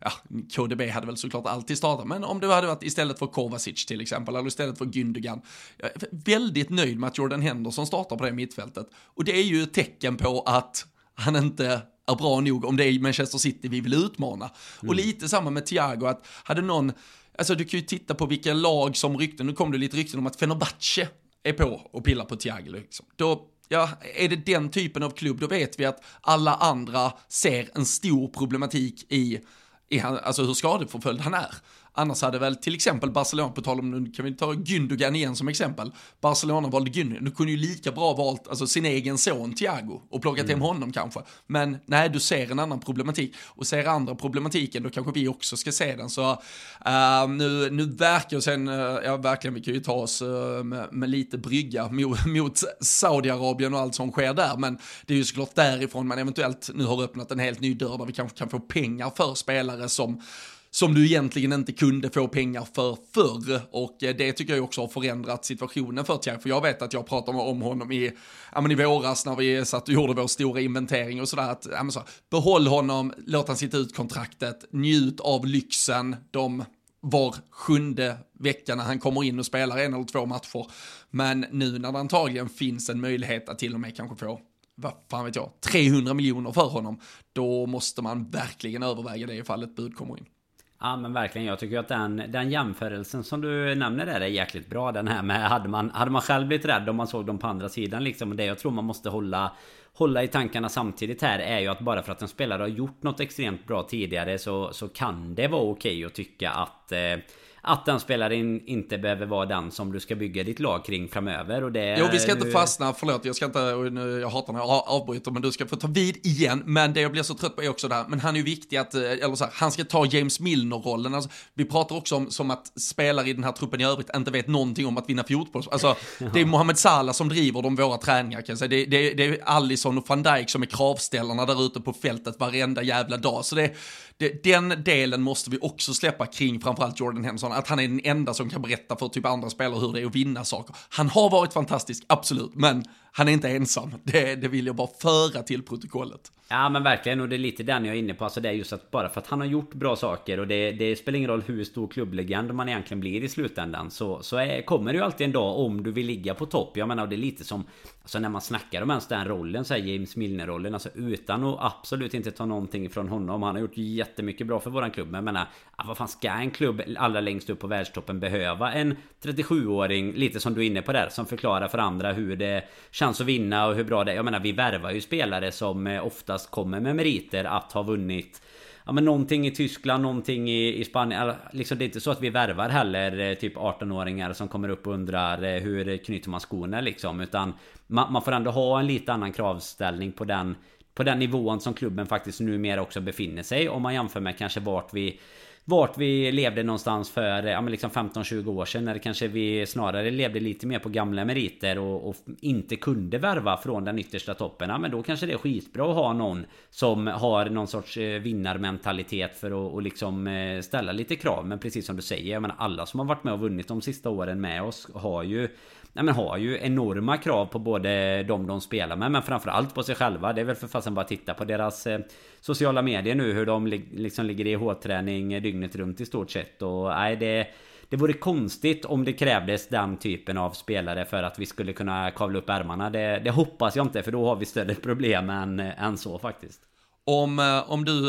ja, K D B hade väl såklart alltid startat, men om det hade varit istället för Kovacic till exempel, eller istället för Gündogan. Jag är väldigt nöjd med att Jordan Henderson startar på det mittfältet. Och det är ju ett tecken på att han inte är bra nog om det är Manchester City vi vill utmana. Mm. Och lite samma med Thiago, att hade någon, alltså du kan ju titta på vilka lag som rykten, nu kom det lite rykten om att Fenerbahce är på och pillar på Thiago liksom. Då, ja, är det den typen av klubb, då vet vi att alla andra ser en stor problematik i, i han, alltså hur skadeförföljd han är. Annars hade väl till exempel Barcelona, på tal om, nu kan vi ta Gündogan igen som exempel. Barcelona valde Gündogan, du kunde ju lika bra valt alltså, sin egen son Thiago och plockat mm. hem honom kanske. Men nej, du ser en annan problematik. Och ser andra problematiken, då kanske vi också ska se den. Så uh, nu, nu verkar sen, uh, ja verkligen, vi kan ju ta oss uh, med, med lite brygga mot, mot Saudiarabien och allt som sker där. Men det är ju såklart därifrån man eventuellt nu har öppnat en helt ny dörr där vi kanske kan få pengar för spelare som som du egentligen inte kunde få pengar för förr, och det tycker jag också har förändrat situationen för Thiago, för jag vet att jag pratade om honom i, ja, men i våras när vi satt och gjorde vår stora inventering och sådär, att ja, men så, behåll honom, låt han sitta ut kontraktet, njut av lyxen, de var sjunde veckan när han kommer in och spelar en eller två matcher, men nu när det antagligen finns en möjlighet att till och med kanske få, vad fan vet jag, trehundra miljoner för honom, då måste man verkligen överväga det ifall ett bud kommer in. Ja, men verkligen, jag tycker att den, den jämförelsen som du nämner där är jäkligt bra. Den här med, hade man, hade man själv blivit rädd om man såg dem på andra sidan liksom, och det jag tror man måste hålla hålla i tankarna samtidigt här är ju att bara för att en spelare har gjort något extremt bra tidigare, så, så kan det vara okej att tycka att eh, att den spelaren inte behöver vara den som du ska bygga ditt lag kring framöver. Och det, jo, vi ska inte fastna, förlåt, jag ska inte, jag hatar när jag avbryter, men du ska få ta vid igen. Men det jag blir så trött på är också där, men han är ju viktig att, eller så här, han ska ta James Milner-rollen. Alltså, vi pratar också om som att spelare i den här truppen i övrigt inte vet någonting om att vinna fotboll. Alltså, det är Mohamed Salah som driver de våra träningar, kan jag säga. Det, det, det är Alisson och Van Dijk som är kravställarna där ute på fältet varenda jävla dag. Så det, det, den delen måste vi också släppa kring framförallt Jordan Henderson, att han är den enda som kan berätta för typ andra spelare hur det är att vinna saker. Han har varit fantastisk, absolut, men han är inte ensam. Det, det vill jag bara föra till protokollet. Ja, men verkligen, och det är lite den jag är inne på. Alltså det är just att bara för att han har gjort bra saker, och det, det spelar ingen roll hur stor klubblegend man egentligen blir i slutändan, så, så är, kommer det ju alltid en dag om du vill ligga på topp. Jag menar, det är lite som alltså när man snackar om ens den rollen, så här James Milner-rollen, alltså utan att absolut inte ta någonting från honom. Han har gjort jättemycket bra för våran klubb, men jag menar, vad fan ska en klubb allra längst upp på världstoppen behöva en trettiosju-åring, lite som du är inne på där, som förklarar för andra hur det känns att vinna och hur bra det är. Jag menar, vi värvar ju spelare som oftast kommer med meriter att ha vunnit, ja, men någonting i Tyskland, någonting i, i Spanien. Liksom, det är inte så att vi värvar heller typ arton-åringar som kommer upp och undrar hur knyter man skorna liksom, utan man, man får ändå ha en lite annan kravställning på den, på den nivån som klubben faktiskt numera också befinner sig, om man jämför med kanske vart vi Vart vi levde någonstans för ja, men liksom femton tjugo år sedan, när det kanske vi snarare levde lite mer på gamla meriter och, och inte kunde värva från den yttersta toppen. Ja, men då kanske det är skitbra att ha någon som har någon sorts vinnarmentalitet för att och liksom ställa lite krav. Men precis som du säger, jag menar, alla som har varit med och vunnit de sista åren med oss har ju Nej, men har ju enorma krav på både de de spelar med, men framförallt på sig själva. Det är väl för fasen bara titta på deras eh, sociala medier nu, hur de li- liksom ligger i hårdträning dygnet runt i stort sett. Och nej, det, det vore konstigt om det krävdes den typen av spelare för att vi skulle kunna kavla upp ärmarna. Det, det hoppas jag inte, för då har vi större problem än, än så faktiskt. Om, om du,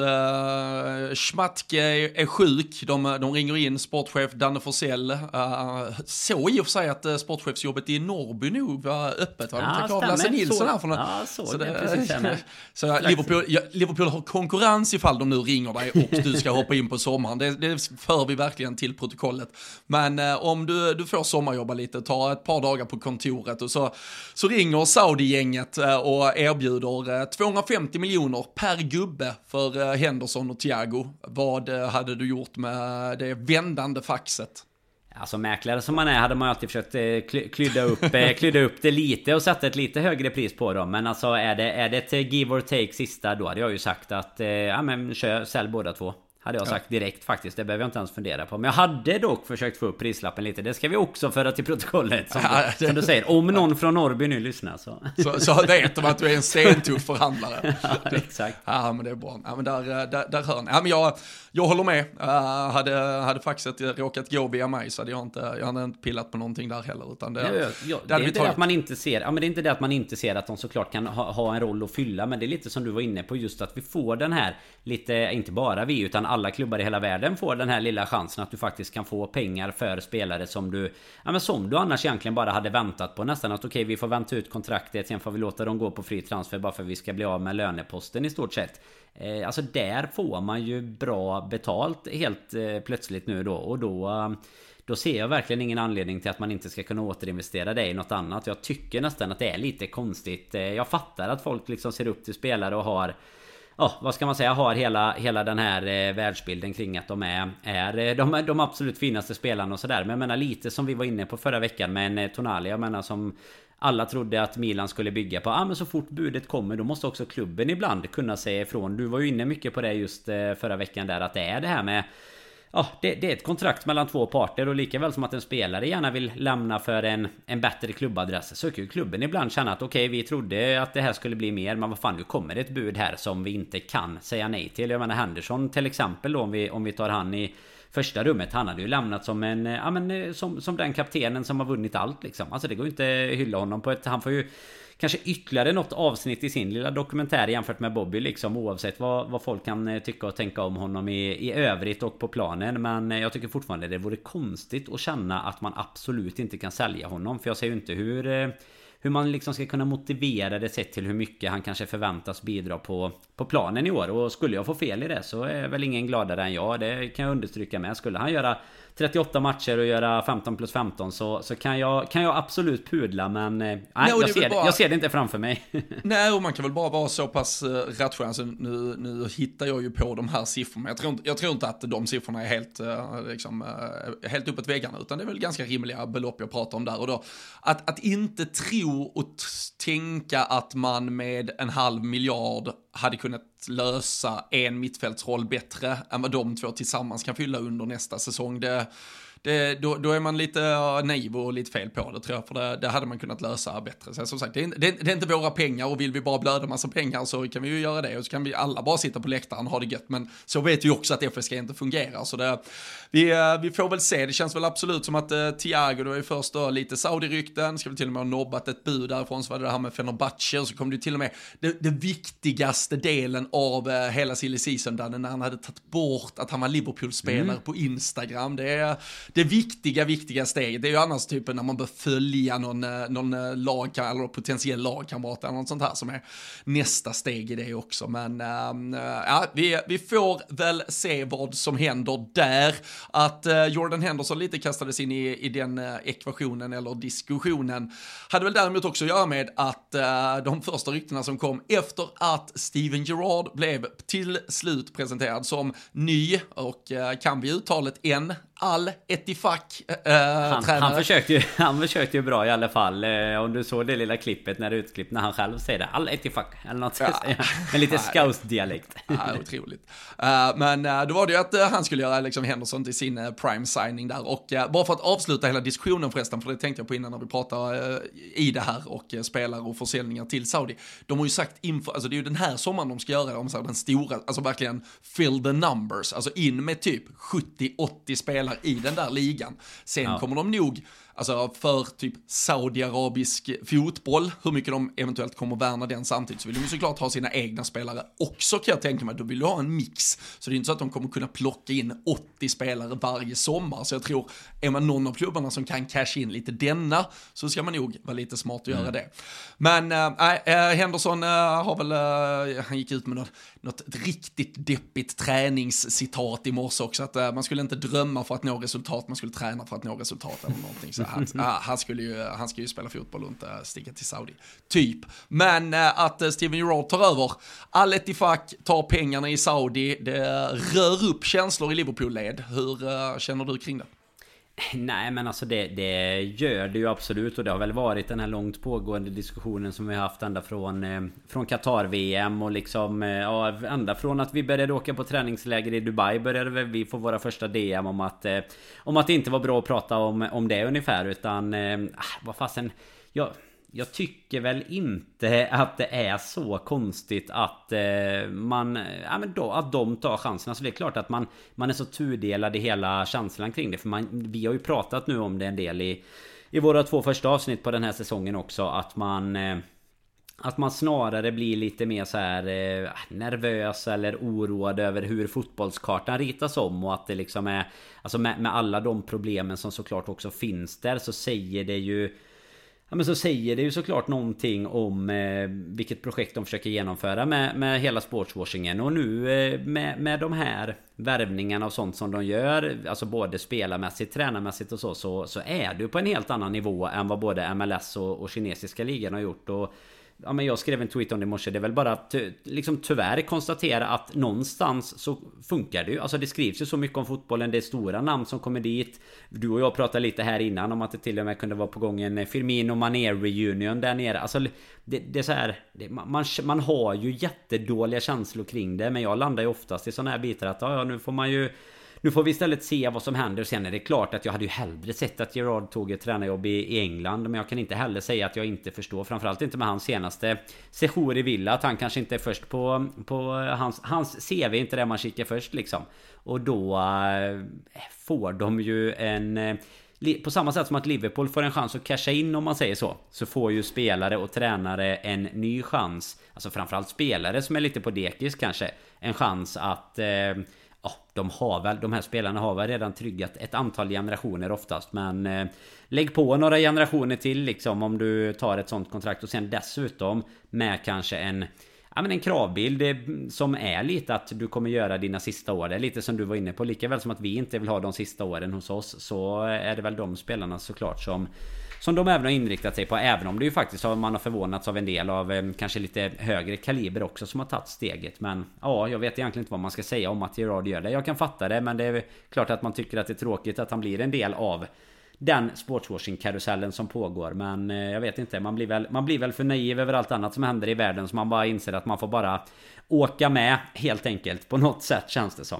uh, Schmatke är sjuk, de, de ringer in sportchef Danne Forsell. Uh, så i och för sig att uh, sportchefsjobbet i Norrby nog var öppet. Va? Ja, de tackar av Lasse Nilsson här. Från, ja, så, så, det, det, precis, så uh, Liverpool, ja, Liverpool har konkurrens ifall de nu ringer dig och du ska hoppa in på sommaren. Det, det för vi verkligen till protokollet. Men uh, om du, du får sommarjobba lite, ta ett par dagar på kontoret och så, så ringer Saudi-gänget uh, och erbjuder uh, tvåhundrafemtio miljoner per gubbe för Henderson och Thiago. Vad hade du gjort med det vändande faxet? Alltså mäklare som man är hade man alltid försökt klydda upp, klydda upp det lite och sätta ett lite högre pris på dem. Men alltså är det, är det ett give or take sista, då hade jag ju sagt att ja, men kör, sälj båda två. hade jag sagt direkt faktiskt. Det behöver jag inte ens fundera på. Men jag hade dock försökt få upp prislappen lite. Det ska vi också föra till protokollet. Som, ja, det, som du säger. Om någon från Norrby nu lyssnar så. Så, så vet de att du är en stentuff förhandlare. Ja, exakt. Ja, men det är bra. Ja, men där, där, där hör ni. Ja, men jag, jag håller med. Uh, hade, hade faktiskt råkat gå via mig så hade jag inte, jag hade inte pillat på någonting där heller. Utan det, ja, ja, det, det är inte det att man inte ser, ja, men det är inte det att man inte ser att de såklart kan ha, ha en roll att fylla. Men det är lite som du var inne på, just att vi får den här, lite, inte bara vi utan alla klubbar i hela världen får den här lilla chansen att du faktiskt kan få pengar för spelare som du, ja, men som du annars egentligen bara hade väntat på nästan. Att okej, okay, vi får vänta ut kontraktet, sen får vi låta dem gå på fri transfer bara för att vi ska bli av med löneposten i stort sett. Eh, alltså där får man ju bra betalt helt eh, plötsligt nu då. Och då, eh, då ser jag verkligen ingen anledning till att man inte ska kunna återinvestera det i något annat. Jag tycker nästan att det är lite konstigt. Eh, jag fattar att folk liksom ser upp till spelare och har, ja, vad ska man säga, har hela, hela den här eh, världsbilden kring att de är, är de, de absolut finaste spelarna och sådär. Men jag menar lite som vi var inne på förra veckan med en eh, Tonali, jag menar som alla trodde att Milan skulle bygga på. Ah, men så fort budet kommer, då måste också klubben ibland kunna säga ifrån. Du var ju inne mycket på det just eh, förra veckan där, att det är det här med, ja, det, det är ett kontrakt mellan två parter. Och lika väl som att en spelare gärna vill lämna för en, en bättre klubbadress, så kan ju klubben ibland känna att okej, okay, vi trodde att det här skulle bli mer, men vad fan, nu kommer det ett bud här som vi inte kan säga nej till. Jag menar Henderson till exempel då, om vi, om vi tar han i första rummet, han hade ju lämnat som en, ja, men, som, som den kaptenen som har vunnit allt liksom. Alltså det går ju inte att hylla honom på ett, han får ju kanske ytterligare något avsnitt i sin lilla dokumentär jämfört med Bobby liksom, oavsett vad, vad folk kan tycka och tänka om honom i, i övrigt och på planen. Men jag tycker fortfarande det vore konstigt att känna att man absolut inte kan sälja honom, för jag ser ju inte hur hur man liksom ska kunna motivera det sett till hur mycket han kanske förväntas bidra på, på planen i år. Och skulle jag få fel i det så är väl ingen gladare än jag. Det kan jag understryka med. Skulle han göra trettioåtta matcher och göra femton plus femton så, så kan, jag, kan jag absolut pudla. Men nej, nej, jag, ser bara, det, jag ser det inte framför mig. Nej, och man kan väl bara vara så pass uh, rationell. Alltså, nu, nu hittar jag ju på de här siffrorna. Jag tror inte, jag tror inte att de siffrorna är helt, uh, liksom, uh, helt uppåt väggarna. Utan det är väl ganska rimliga belopp jag pratar om där. Och då, att, att inte tro och tänka att man med en halv miljard hade kunnat lösa en mittfältsroll bättre än vad de två tillsammans kan fylla under nästa säsong. Det, det, då, då är man lite naiv och lite fel på det, tror jag, för det, det hade man kunnat lösa bättre. Så som sagt, det är, det, det är inte våra pengar, och vill vi bara blöda massa pengar så kan vi ju göra det, och så kan vi alla bara sitta på läktaren och ha det gött. Men så vet vi också att F S G inte fungerar, så det, vi, vi får väl se. Det känns väl absolut som att uh, Thiago, det var ju först då lite Saudi-rykten, ska vi till och med ha nobbat ett bud därifrån, så var det det här med Fenerbahce, och så kom det till och med det, det viktigaste delen av uh, hela silly season, där när han hade tagit bort att han var Liverpool-spelare mm. på Instagram. Det är det viktiga, viktiga steget. Det är ju annars typ när man bör följa någon, någon lag, eller potentiell lagkamrat eller något sånt här, som är nästa steg i det också. Men äh, ja, vi, vi får väl se vad som händer där. Att äh, Jordan Henderson lite kastades in i, i den äh, ekvationen eller diskussionen hade väl däremot också att göra med att äh, de första ryktena som kom efter att Steven Gerrard blev till slut presenterad som ny, och äh, kan vi uttalet en all Ettifaq äh, han, han, försökte ju, han försökte ju bra i alla fall. eh, Om du såg det lilla klippet när det utklippt när han själv säger det, all Ettifaq eller något, ja. Med lite scouse-dialekt. Ja, otroligt. uh, Men uh, då var det ju att uh, han skulle göra liksom Henderson till sin uh, prime signing där. Och uh, bara för att avsluta hela diskussionen förresten, för det tänkte jag på innan när vi pratade uh, i det här, och uh, spelare och försäljningar till Saudi. De har ju sagt inför, alltså det är ju den här sommaren de ska göra det, om så här, den stora, alltså verkligen fill the numbers, alltså in med typ sjuttio åttio spelare i den där ligan. Sen ja. kommer de nog, alltså för typ saudiarabisk fotboll, hur mycket de eventuellt kommer värna den samtidigt, så vill de ju såklart ha sina egna spelare också, kan jag tänka mig. Då vill du ha en mix, så det är inte så att de kommer kunna plocka in åttio spelare varje sommar. Så jag tror, är man någon av klubbarna som kan cash in lite denna, så ska man nog vara lite smart att mm. göra det. Men äh, äh, Henderson äh, har väl, äh, han gick ut med något, något riktigt deppigt träningscitat i morse också, att äh, man skulle inte drömma för att nå resultat, man skulle träna för att nå resultat eller någonting. Så han, ah, han, skulle ju, han ska ju spela fotboll och inte sticka till Saudi, typ. Men äh, att äh, Steven Gerrard tar över all Ettifaq, tar pengarna i Saudi, det rör upp känslor i Liverpool-led. Hur äh, känner du kring det? Nej, men alltså det, det gör det ju absolut. Och det har väl varit den här långt pågående diskussionen som vi har haft ända från eh, Från Qatar-V M. Och liksom eh, ja, ända från att vi började åka på träningsläger i Dubai började vi få våra första D M om att eh, Om att det inte var bra att prata om, om det ungefär. Utan eh, vad fasen jag, jag tycker väl inte att det är så konstigt att eh, man ja, men då, att de tar chansen. Alltså det är klart att man, man är så tudelad i hela känslan kring det. För man, vi har ju pratat nu om det en del i, i våra två första avsnitt på den här säsongen också. Att man eh, Att man snarare blir lite mer så här eh, nervös eller oroad över hur fotbollskartan ritas om. Och att det liksom är alltså med, med alla de problemen som såklart också finns där, så säger det ju Ja, men så säger det ju såklart någonting om eh, vilket projekt de försöker genomföra med, med hela sportswashingen. Och nu eh, med, med de här värvningarna och sånt som de gör, alltså både spelarmässigt, tränarmässigt och så, så, så är det ju på en helt annan nivå än vad både M L S och, och kinesiska ligan har gjort. Och ja, men jag skrev en tweet om det i morse. Det är väl bara att ty- liksom tyvärr konstatera att någonstans så funkar det ju. Alltså det skrivs ju så mycket om fotbollen. Det är stora namn som kommer dit. Du och jag pratade lite här innan om att det till och med kunde vara på gång en Firmino Mané reunion där nere. Alltså det, det är så här det, man, man har ju jättedåliga känslor kring det. Men jag landar ju oftast i sådana här bitar att ja, nu får man ju Nu får vi istället se vad som händer. Sen är det klart att jag hade ju hellre sett att Gerrard tog ett tränarjobb i, i England. Men jag kan inte heller säga att jag inte förstår. Framförallt inte med hans senaste sejour i Villa. Att han kanske inte är först på, på hans, hans C V. Inte det man kikar först liksom. Och då äh, får de ju en... Äh, på samma sätt som att Liverpool får en chans att casha in, om man säger så, så får ju spelare och tränare en ny chans. Alltså framförallt spelare som är lite på dekis kanske. En chans att... Äh, Ja, de har väl, de här spelarna har väl redan tryggat ett antal generationer oftast. Men eh, lägg på några generationer till liksom om du tar ett sånt kontrakt. Och sen dessutom med kanske en, ja, men en kravbild som är lite att du kommer göra dina sista år. Det är lite som du var inne på. Lika väl som att vi inte vill ha de sista åren hos oss, så är det väl de spelarna såklart som... Som de även har inriktat sig på. Även om det ju faktiskt har, man har förvånats av en del av eh, kanske lite högre kaliber också som har tagit steget. Men ja, jag vet egentligen inte vad man ska säga om att Gerrard gör det. Jag kan fatta det, men det är klart att man tycker att det är tråkigt att han blir en del av den sportswashing-karusellen som pågår. Men eh, jag vet inte, man blir, väl, man blir väl för naiv över allt annat som händer i världen. Så man bara inser att man får bara åka med helt enkelt. På något sätt känns det som.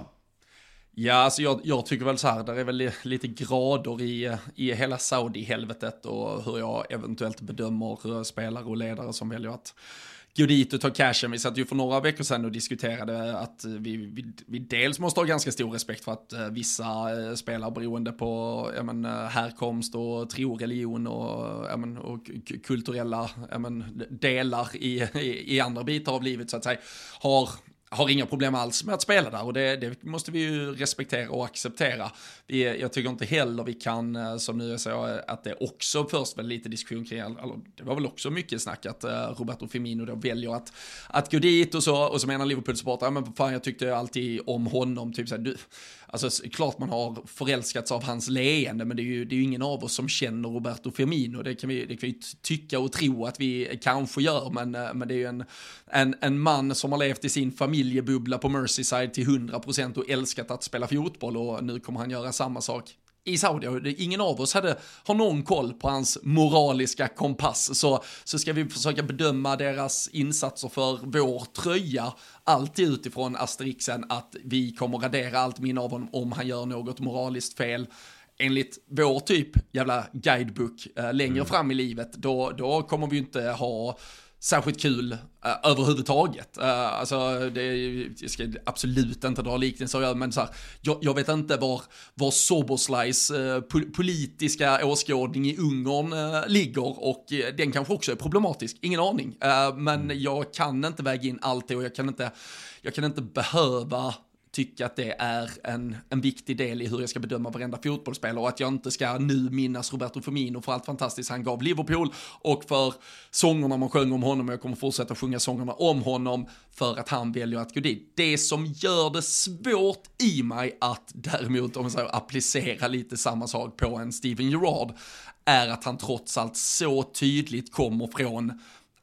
Ja, alltså jag, jag tycker väl så här, där är väl lite grader i, i hela Saudi-helvetet och hur jag eventuellt bedömer spelare och ledare som väljer att gå dit och ta cashen. Vi satt ju för några veckor sedan och diskuterade att vi, vi, vi dels måste ha ganska stor respekt för att vissa spelar beroende på ja men, härkomst och tro, religion och, ja men, och kulturella ja men, delar i, i, i andra bitar av livet så att säga, har... har inga problem alls med att spela där och det, det måste vi ju respektera och acceptera. Vi, jag tycker inte heller vi kan, som nu jag säger, att det också först väl lite diskussion kring, eller det var väl också mycket snack att uh, Roberto Firmino då väljer att, att gå dit och så, och så menar Liverpool-supportrar, men fan jag tyckte alltid om honom, typ såhär, du, alltså klart man har förälskats av hans leende, men det är ju, det är ju ingen av oss som känner Roberto Firmino, det kan vi, det kan vi tycka och tro att vi kanske gör, men, men det är ju en, en, en man som har levt i sin familjebubbla på Merseyside till hundra procent och älskat att spela fotboll, och nu kommer han göra samma sak i Saudi. Ingen av oss hade, har någon koll på hans moraliska kompass, så, så ska vi försöka bedöma deras insatser för vår tröja alltid utifrån asterixen att vi kommer radera allt minne av honom om han gör något moraliskt fel. Enligt vår typ jävla guidebook äh, längre mm. fram i livet, då, då kommer vi inte ha särskilt kul uh, överhuvudtaget. Uh, alltså, det, jag ska absolut inte dra liknelser, men så här, jag, jag vet inte var, var Soboslajs uh, po- politiska åskådning i Ungern uh, ligger, och uh, den kanske också är problematisk. Ingen aning. Uh, men jag kan inte väga in allt det, och jag kan inte, jag kan inte behöva tycka att det är en, en viktig del i hur jag ska bedöma varenda fotbollsspelare, och att jag inte ska nu minnas Roberto Firmino för allt fantastiskt han gav Liverpool och för sångerna man sjöng om honom, och jag kommer fortsätta sjunga sångerna om honom för att han väljer att gå dit. Det som gör det svårt i mig att däremot, om man säger, applicera lite samma sak på en Steven Gerrard är att han trots allt så tydligt kommer från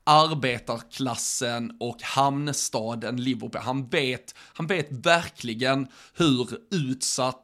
arbetarklassen och hamnstaden Liverpool. Han vet, han vet verkligen hur utsatt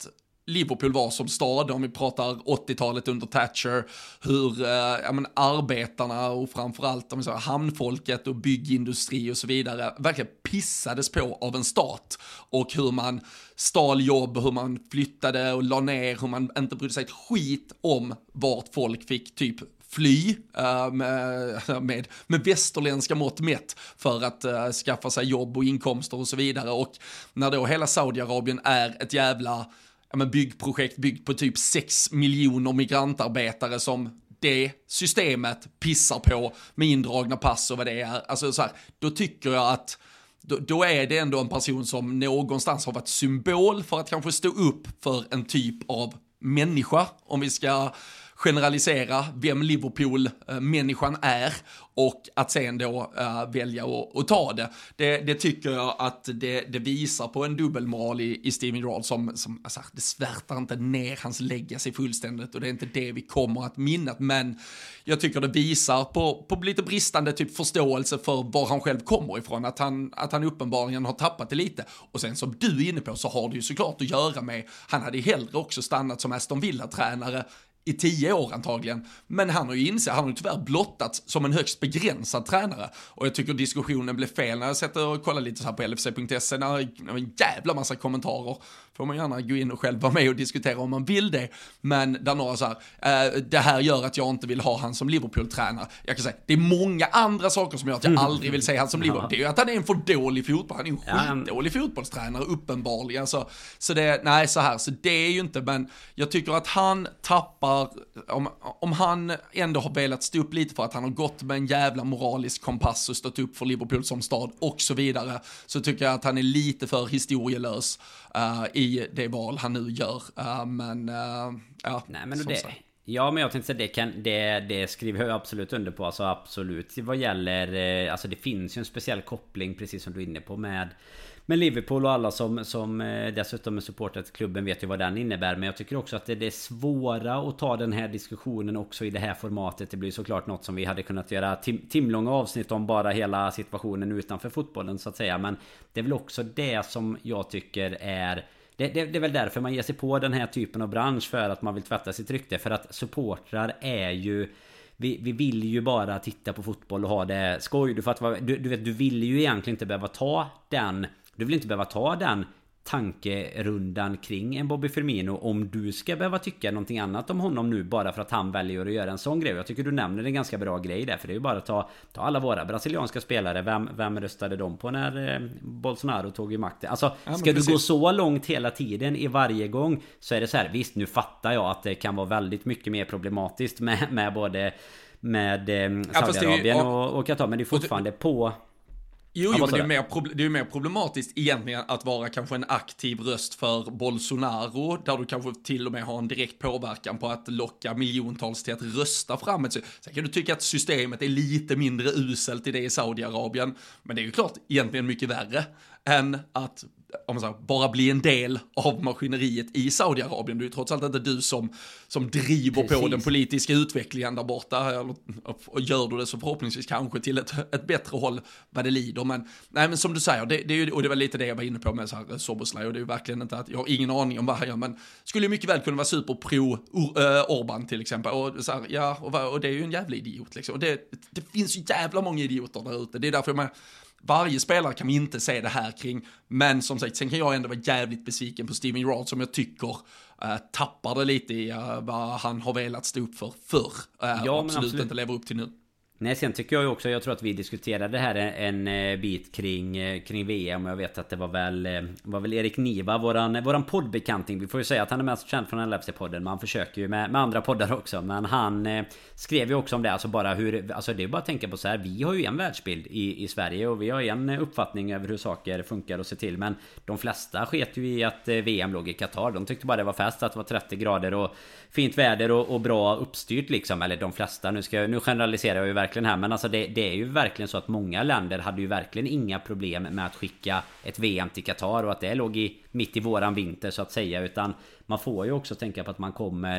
Liverpool var som stad, om vi pratar åttiotalet under Thatcher, hur eh, ja, men arbetarna och framförallt om vi säger, hamnfolket och byggindustri och så vidare verkligen pissades på av en stat, och hur man stal jobb, hur man flyttade och la ner, hur man inte brydde sig ett skit om vart folk fick typ fly uh, med, med, med västerländska mått mätt för att uh, skaffa sig jobb och inkomster och så vidare. Och när då hela Saudiarabien är ett jävla ja, men byggprojekt byggt på typ sex miljoner migrantarbetare som det systemet pissar på med indragna pass och vad det är, alltså så här, då tycker jag att Då, då är det ändå en person som någonstans har varit symbol för att kanske stå upp för en typ av människa, om vi ska generalisera vem Liverpool-människan är, och att sen då uh, välja att ta det. det. Det tycker jag att det, det visar på en dubbelmoral i, i Steven Gerrard som, som alltså, det svärtar inte ner hans legacy fullständigt, och det är inte det vi kommer att minnas, men jag tycker det visar på, på lite bristande typ förståelse för var han själv kommer ifrån, att han, att han uppenbarligen har tappat det lite. Och sen som du är inne på så har det ju såklart att göra med, han hade hellre också stannat som Aston Villa-tränare i tio år antagligen, men han har ju insett, han har ju tyvärr blottats som en högst begränsad tränare, och jag tycker diskussionen blev fel när jag sätter och kollar lite så här på L F C punkt se, när det var en jävla massa kommentarer, får man gärna gå in och själv vara med och diskutera om man vill det, men där några så här, eh, det här gör att jag inte vill ha han som Liverpool-tränare. Jag kan säga, det är många andra saker som gör att jag aldrig vill se han som Liverpool, det är ju att han är en för dålig fotboll, han är en skitdålig fotbollstränare uppenbarligen, så, så det, nej så här, så det är ju inte, men jag tycker att han tappar, Om, om han ändå har velat stå upp lite för att han har gått med en jävla moralisk kompass och stått upp för Liverpool som stad och så vidare, så tycker jag att han är lite för historielös uh, i det val han nu gör. Uh, men uh, ja, nej, men det, ja, men jag tänkte säga det, kan, det, det skriver jag absolut under på, alltså absolut vad gäller, alltså det finns ju en speciell koppling, precis som du är inne på, med Men Liverpool, och alla som, som dessutom är supportrar till klubben vet ju vad den innebär. Men jag tycker också att det, det är svåra att ta den här diskussionen också i det här formatet. Det blir såklart något som vi hade kunnat göra tim, timlånga avsnitt om, bara hela situationen utanför fotbollen så att säga. Men det är väl också det som jag tycker är... Det, det, det är väl därför man ger sig på den här typen av bransch, för att man vill tvätta sitt rykte. För att supportrar är ju... Vi, vi vill ju bara titta på fotboll och ha det skoj. Du, för att, du, du vet, du vill ju egentligen inte behöva ta den... Du vill inte behöva ta den tankerundan kring en Bobby Firmino om du ska behöva tycka någonting annat om honom nu bara för att han väljer att göra en sån grej. Jag tycker du nämner en ganska bra grej där, för det är ju bara att ta, ta alla våra brasilianska spelare. Vem, vem röstade de på när eh, Bolsonaro tog i makten? Alltså, ja, ska du gå så långt hela tiden i varje gång, så är det så här, visst nu fattar jag att det kan vara väldigt mycket mer problematiskt med, med både med eh, Saudiarabien ja, och, och Qatar, men det är fortfarande på... Jo, jo men det är, mer proble- det är mer problematiskt egentligen att vara kanske en aktiv röst för Bolsonaro, där du kanske till och med har en direkt påverkan på att locka miljontals till att rösta fram ett. Sen kan du tycka att systemet är lite mindre uselt i det i Saudiarabien, men det är ju klart egentligen mycket värre än att om man säger, bara bli en del av maskineriet i Saudiarabien. Det är ju trots allt inte du som, som driver Precis. på den politiska utvecklingen där borta. Och gör du det så förhoppningsvis kanske till ett, ett bättre håll vad det lider. Men, nej, men som du säger, det, det är ju, och det var lite det jag var inne på med så här, Soboslaj, och det är ju verkligen inte att jag har ingen aning om vad han gör, men skulle ju mycket väl kunna vara superpro uh, Orban till exempel. Och, så här, ja, och, och det är ju en jävla idiot. Liksom. Och det, det finns ju jävla många idioter där ute. Det är därför man... Varje spelare kan vi inte se det här kring, men som sagt, sen kan jag ändå vara jävligt besviken på Steven Gerrard, som jag tycker äh, tappar det lite i äh, vad han har velat stå upp för förr äh, ja, och absolut, absolut inte lever upp till nu. Nej, sen tycker jag ju också, jag tror att vi diskuterade det här en, en bit kring, kring V M, och jag vet att det var väl, var väl Erik Niva, våran, våran poddbekanting. Vi får ju säga att han är mest känd från L F C-podden, men han försöker ju med, med andra poddar också. Men han eh, skrev ju också om det, alltså bara hur, alltså det är bara att tänka på så här, vi har ju en världsbild i, i Sverige och vi har en uppfattning över hur saker funkar och ser till, men de flesta sket ju i att V M låg i Qatar. De tyckte bara det var fest, att det var trettio grader och fint väder och, och bra uppstyrt liksom, eller de flesta, nu, ska, nu generaliserar jag ju verkligen här, men alltså det, det är ju verkligen så att många länder hade ju verkligen inga problem med att skicka ett V M till Qatar, och att det låg i, mitt i våran vinter så att säga, utan man får ju också tänka på att man kommer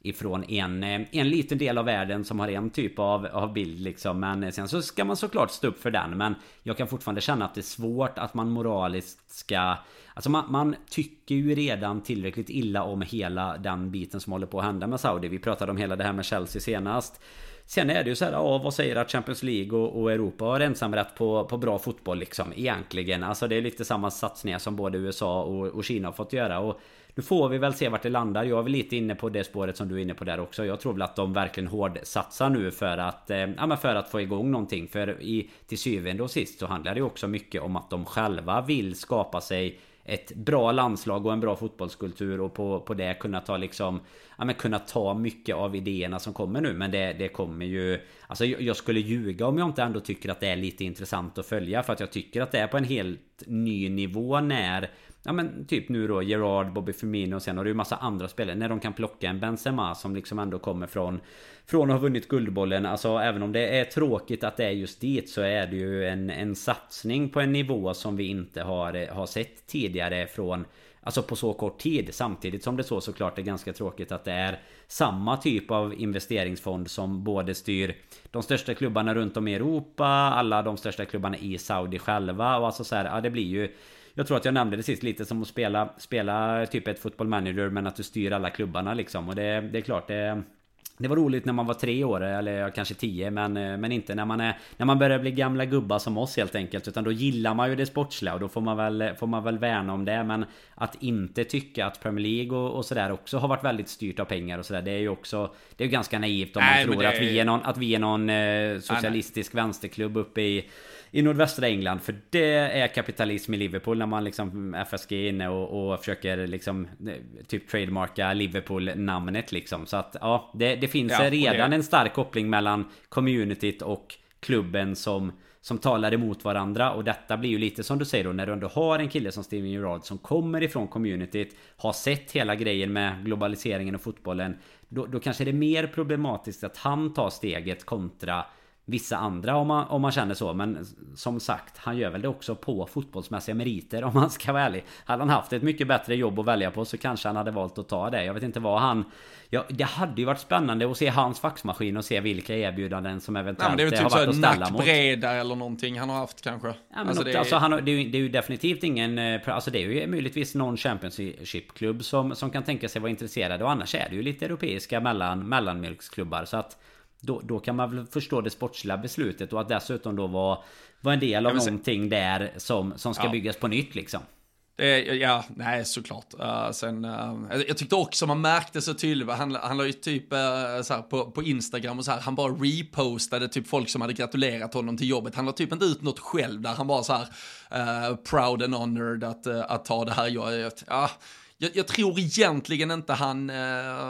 ifrån en, en liten del av världen som har en typ av, av bild liksom. Men sen så ska man såklart stå upp för den. Men jag kan fortfarande känna att det är svårt att man moraliskt ska... Alltså man, man tycker ju redan tillräckligt illa om hela den biten som håller på att hända med Saudi. Vi pratade om hela det här med Chelsea senast. Sen är det ju så här, ja, vad säger att Champions League och, och Europa har ensamrätt på, på bra fotboll liksom, egentligen. Alltså det är lite samma satsningar som både U S A och, och Kina har fått göra. Och nu får vi väl se vart det landar. Jag är väl lite inne på det spåret som du är inne på där också. Jag tror väl att de verkligen hård satsar nu för att, eh, ja, men för att få igång någonting. För i, till syvende och sist så handlar det ju också mycket om att de själva vill skapa sig ett bra landslag och en bra fotbollskultur, och på, på det kunna ta liksom, ja, men kunna ta mycket av idéerna som kommer nu. Men det, det kommer ju, alltså jag, jag skulle ljuga om jag inte ändå tycker att det är lite intressant att följa, för att jag tycker att det är på en helt ny nivå när, ja men typ nu då Gerard, Bobby Firmino, och sen har du ju massa andra spelare, när de kan plocka en Benzema som liksom ändå kommer från Från att ha vunnit guldbollen. Alltså även om det är tråkigt att det är just dit, så är det ju en, en satsning på en nivå som vi inte har, har sett tidigare från, alltså på så kort tid. Samtidigt som det så såklart är ganska tråkigt att det är samma typ av investeringsfond som både styr de största klubbarna runt om i Europa, alla de största klubbarna i Saudi själva. Och alltså så här, ja, det blir ju, jag tror att jag nämnde det sist, lite som att spela, spela typ ett football manager, men att du styr alla klubbarna liksom. Och det, det är klart, det, det var roligt när man var tre år, eller kanske tio, men, men inte när man är, när man börjar bli gamla gubbar som oss helt enkelt. Utan då gillar man ju det sportsliga, och då får man väl, får man väl värna om det. Men att inte tycka att Premier League och, och sådär också har varit väldigt styrt av pengar och sådär, det är ju också, det är ju ganska naivt om man nej, tror det... att vi är någon, att vi är någon eh, socialistisk nej, nej. vänsterklubb uppe i i nordvästra England. För det är kapitalism i Liverpool, när man liksom F S G är inne och, och försöker liksom typ trademarka Liverpool-namnet liksom. Så att ja, det, det finns ja, redan det... en stark koppling mellan communityt och klubben som, som talar emot varandra. Och detta blir ju lite som du säger då, när du ändå har en kille som Steven Gerrard som kommer ifrån communityt, har sett hela grejen med globaliseringen och fotbollen, då, då kanske det är mer problematiskt att han tar steget kontra vissa andra, om man, om man känner så. Men som sagt, han gör väl det också på fotbollsmässiga meriter, om man ska vara ärlig. Hade han haft ett mycket bättre jobb att välja på, så kanske han hade valt att ta det. Jag vet inte vad han... Ja, det hade ju varit spännande att se hans faxmaskin och se vilka erbjudanden som eventuellt ja, det är har varit att ställa mot. Nackbreda eller någonting han har haft kanske. Ja, men alltså, något, det, är... alltså, han har, det, är ju, det är ju definitivt ingen... Alltså det är ju möjligtvis någon Championship-klubb som, som kan tänka sig vara intresserade. Och annars är det ju lite europeiska mellan, mellanmjölksklubbar. Så att Då, då kan man väl förstå det sportsliga beslutet, och att dessutom då vara var en del av ja, någonting där som, som ska ja. byggas på nytt liksom. Det, ja, nej såklart. Uh, sen, uh, jag tyckte också man märkte så tydligt, han, han la ju typ uh, så här, på, på Instagram och så här, han bara repostade typ folk som hade gratulerat honom till jobbet. Han la typ inte ut något själv där, han bara så här uh, proud and honored att, uh, att ta det här. Jag, jag, uh, Jag, jag tror egentligen inte han äh,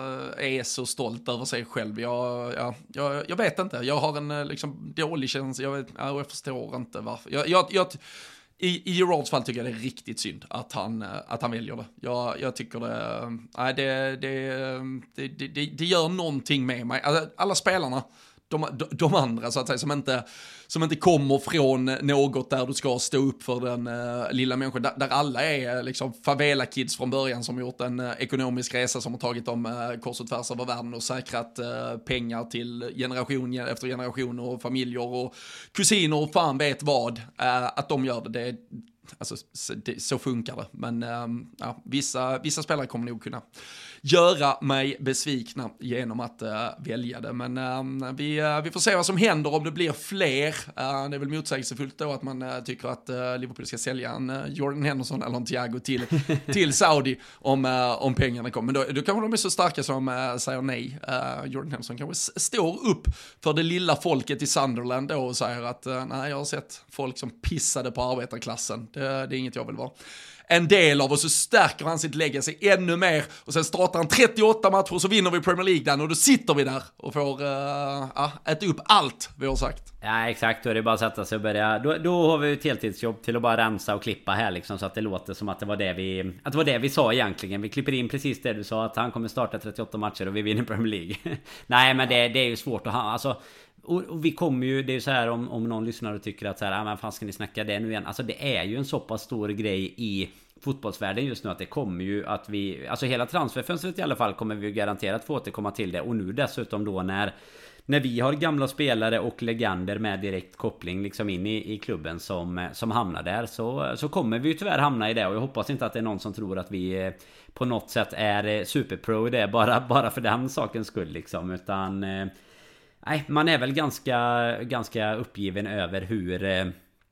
är så stolt över sig själv. Jag, ja, jag, jag vet inte. Jag har en liksom, dålig känsla. Jag, vet, ja, jag förstår inte varför. Jag, jag, jag, I i Gerards fall tycker jag det är riktigt synd att han, att han väljer det. Jag, jag tycker det, nej, det, det, det, det, det gör någonting med mig. Alltså, alla spelarna, de, de, de andra så att säga, som inte, som inte kommer från något där du ska stå upp för den uh, lilla människan, där, där alla är liksom favela-kids från början som gjort en uh, ekonomisk resa, som har tagit dem uh, kors och tvärs över världen och säkrat uh, pengar till generation efter generation och familjer och kusiner och fan vet vad, uh, att de gör det, det är, alltså, så, det, så funkar det. Men um, ja, vissa, vissa spelare kommer nog kunna göra mig besvikna genom att uh, välja det. Men uh, vi, uh, vi får se vad som händer om det blir fler. Uh, det är väl motsägelsefullt då att man uh, tycker att uh, Liverpool ska sälja en uh, Jordan Henderson eller en Thiago till, till Saudi om, uh, om pengarna kommer. Men då, då kanske de är så starka som uh, säger nej. Uh, Jordan Henderson kanske s- står upp för det lilla folket i Sunderland då och säger att uh, nej, jag har sett folk som pissade på arbetarklassen. Det, det är inget jag vill vara en del av, och så stärker han sitt legacy ännu mer, och sen startar han trettioåtta matcher och så vinner vi Premier League där, och då sitter vi där och får uh, uh, äta upp allt vi har sagt. Ja exakt, då är det bara att sätta sig och börja, då, då har vi ett heltidsjobb till att bara rensa och klippa här liksom, så att det låter som att det var det vi att det var det vi sa egentligen. Vi klipper in precis det du sa, att han kommer starta trettioåtta matcher och vi vinner Premier League. Nej men det, det är ju svårt att ha, alltså. Och, och vi kommer ju, det är ju så här om, om någon lyssnar och tycker att så här, ah, men fan ska ni snacka det nu igen. Alltså det är ju en så pass stor grej i fotbollsvärlden just nu, att det kommer ju att vi, alltså hela transferfönstret i alla fall kommer vi ju garanterat få återkomma till det. Och nu dessutom då när När vi har gamla spelare och legender med direkt koppling liksom in i, i klubben som, som hamnar där, så, så kommer vi ju tyvärr hamna i det. Och jag hoppas inte att det är någon som tror att vi på något sätt är superpro i det bara, bara för den sakens skull liksom. Utan nej, man är väl ganska, ganska uppgiven över hur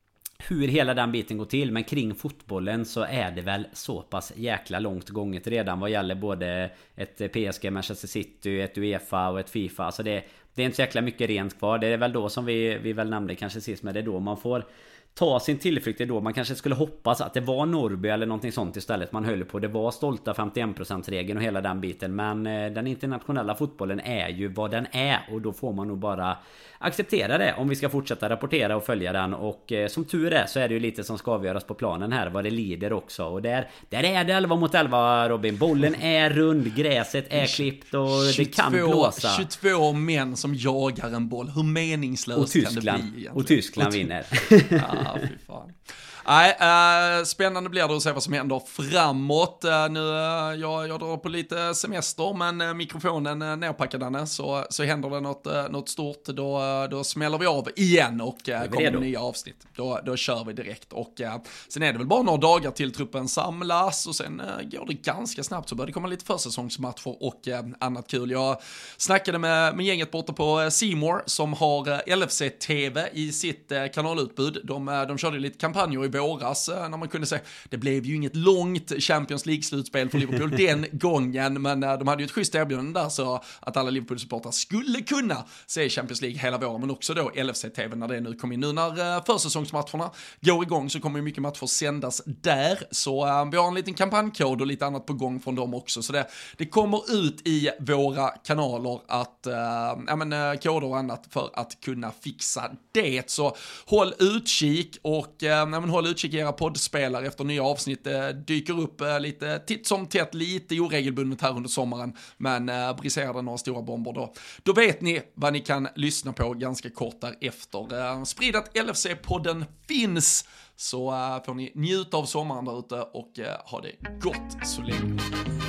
hur hela den biten går till. Men kring fotbollen så är det väl så pass jäkla långt gånget redan vad gäller både ett P S G, Manchester City, ett UEFA och ett FIFA. Så det, det är inte så jäkla mycket rent kvar. Det är väl då som vi, vi väl nämnde kanske sist, med det då man får ta sin tillflykt. Det då man kanske skulle hoppas att det var Norrby eller någonting sånt istället man höll på. Det var stolta femtioen procent-regeln och hela den biten. Men den internationella fotbollen är ju vad den är, och då får man nog bara acceptera det om vi ska fortsätta rapportera och följa den. Och eh, som tur är så är det ju lite som ska avgöras på planen här, vad det lider också. Och där, där är det elva mot elva, Robin. Bollen är rund, gräset är klippt och tjugotvå, det kan blåsa. tjugotvå män som jagar en boll. Hur meningslöst kan det bli egentligen? Och Tyskland vinner. Ja, fy fan. Nej, äh, spännande blir det att se vad som händer framåt. Äh, nu, äh, jag, jag drar på lite semester, men äh, mikrofonen äh, nerpackad, Danne, så, så händer det något, äh, något stort, då, då smäller vi av igen och äh, kommer det nya avsnitt. Då, då kör vi direkt. Och äh, sen är det väl bara några dagar till truppen samlas, och sen äh, går det ganska snabbt, så börjar det komma lite försäsongsmatcher och äh, annat kul. Jag snackade med, med gänget borta på äh, C More som har äh, L F C-T V i sitt äh, kanalutbud. De, äh, de körde lite kampanjer i våras när man kunde säga, det blev ju inget långt Champions League-slutspel för Liverpool den gången, men de hade ju ett schysst erbjudande där, så att alla Liverpool-supportrar skulle kunna se Champions League hela våren, men också då L F C-T V när det nu kommer in. Nu när försäsongsmatcherna går igång så kommer ju mycket matcher sändas där, så äh, vi har en liten kampanjkod och lite annat på gång från dem också, så det, det kommer ut i våra kanaler att äh, ja, men, äh, koder och annat för att kunna fixa det, så håll utkik och äh, ja, men, håll utkik i era poddspelare efter nya avsnitt. Det dyker upp eh, lite titt som tätt, lite oregelbundet här under sommaren, men eh, briserar det några stora bomber då, då vet ni vad ni kan lyssna på ganska kort därefter. Eh, sprid att L F C-podden finns, så eh, får ni njuta av sommaren där ute och eh, ha det gott så länge.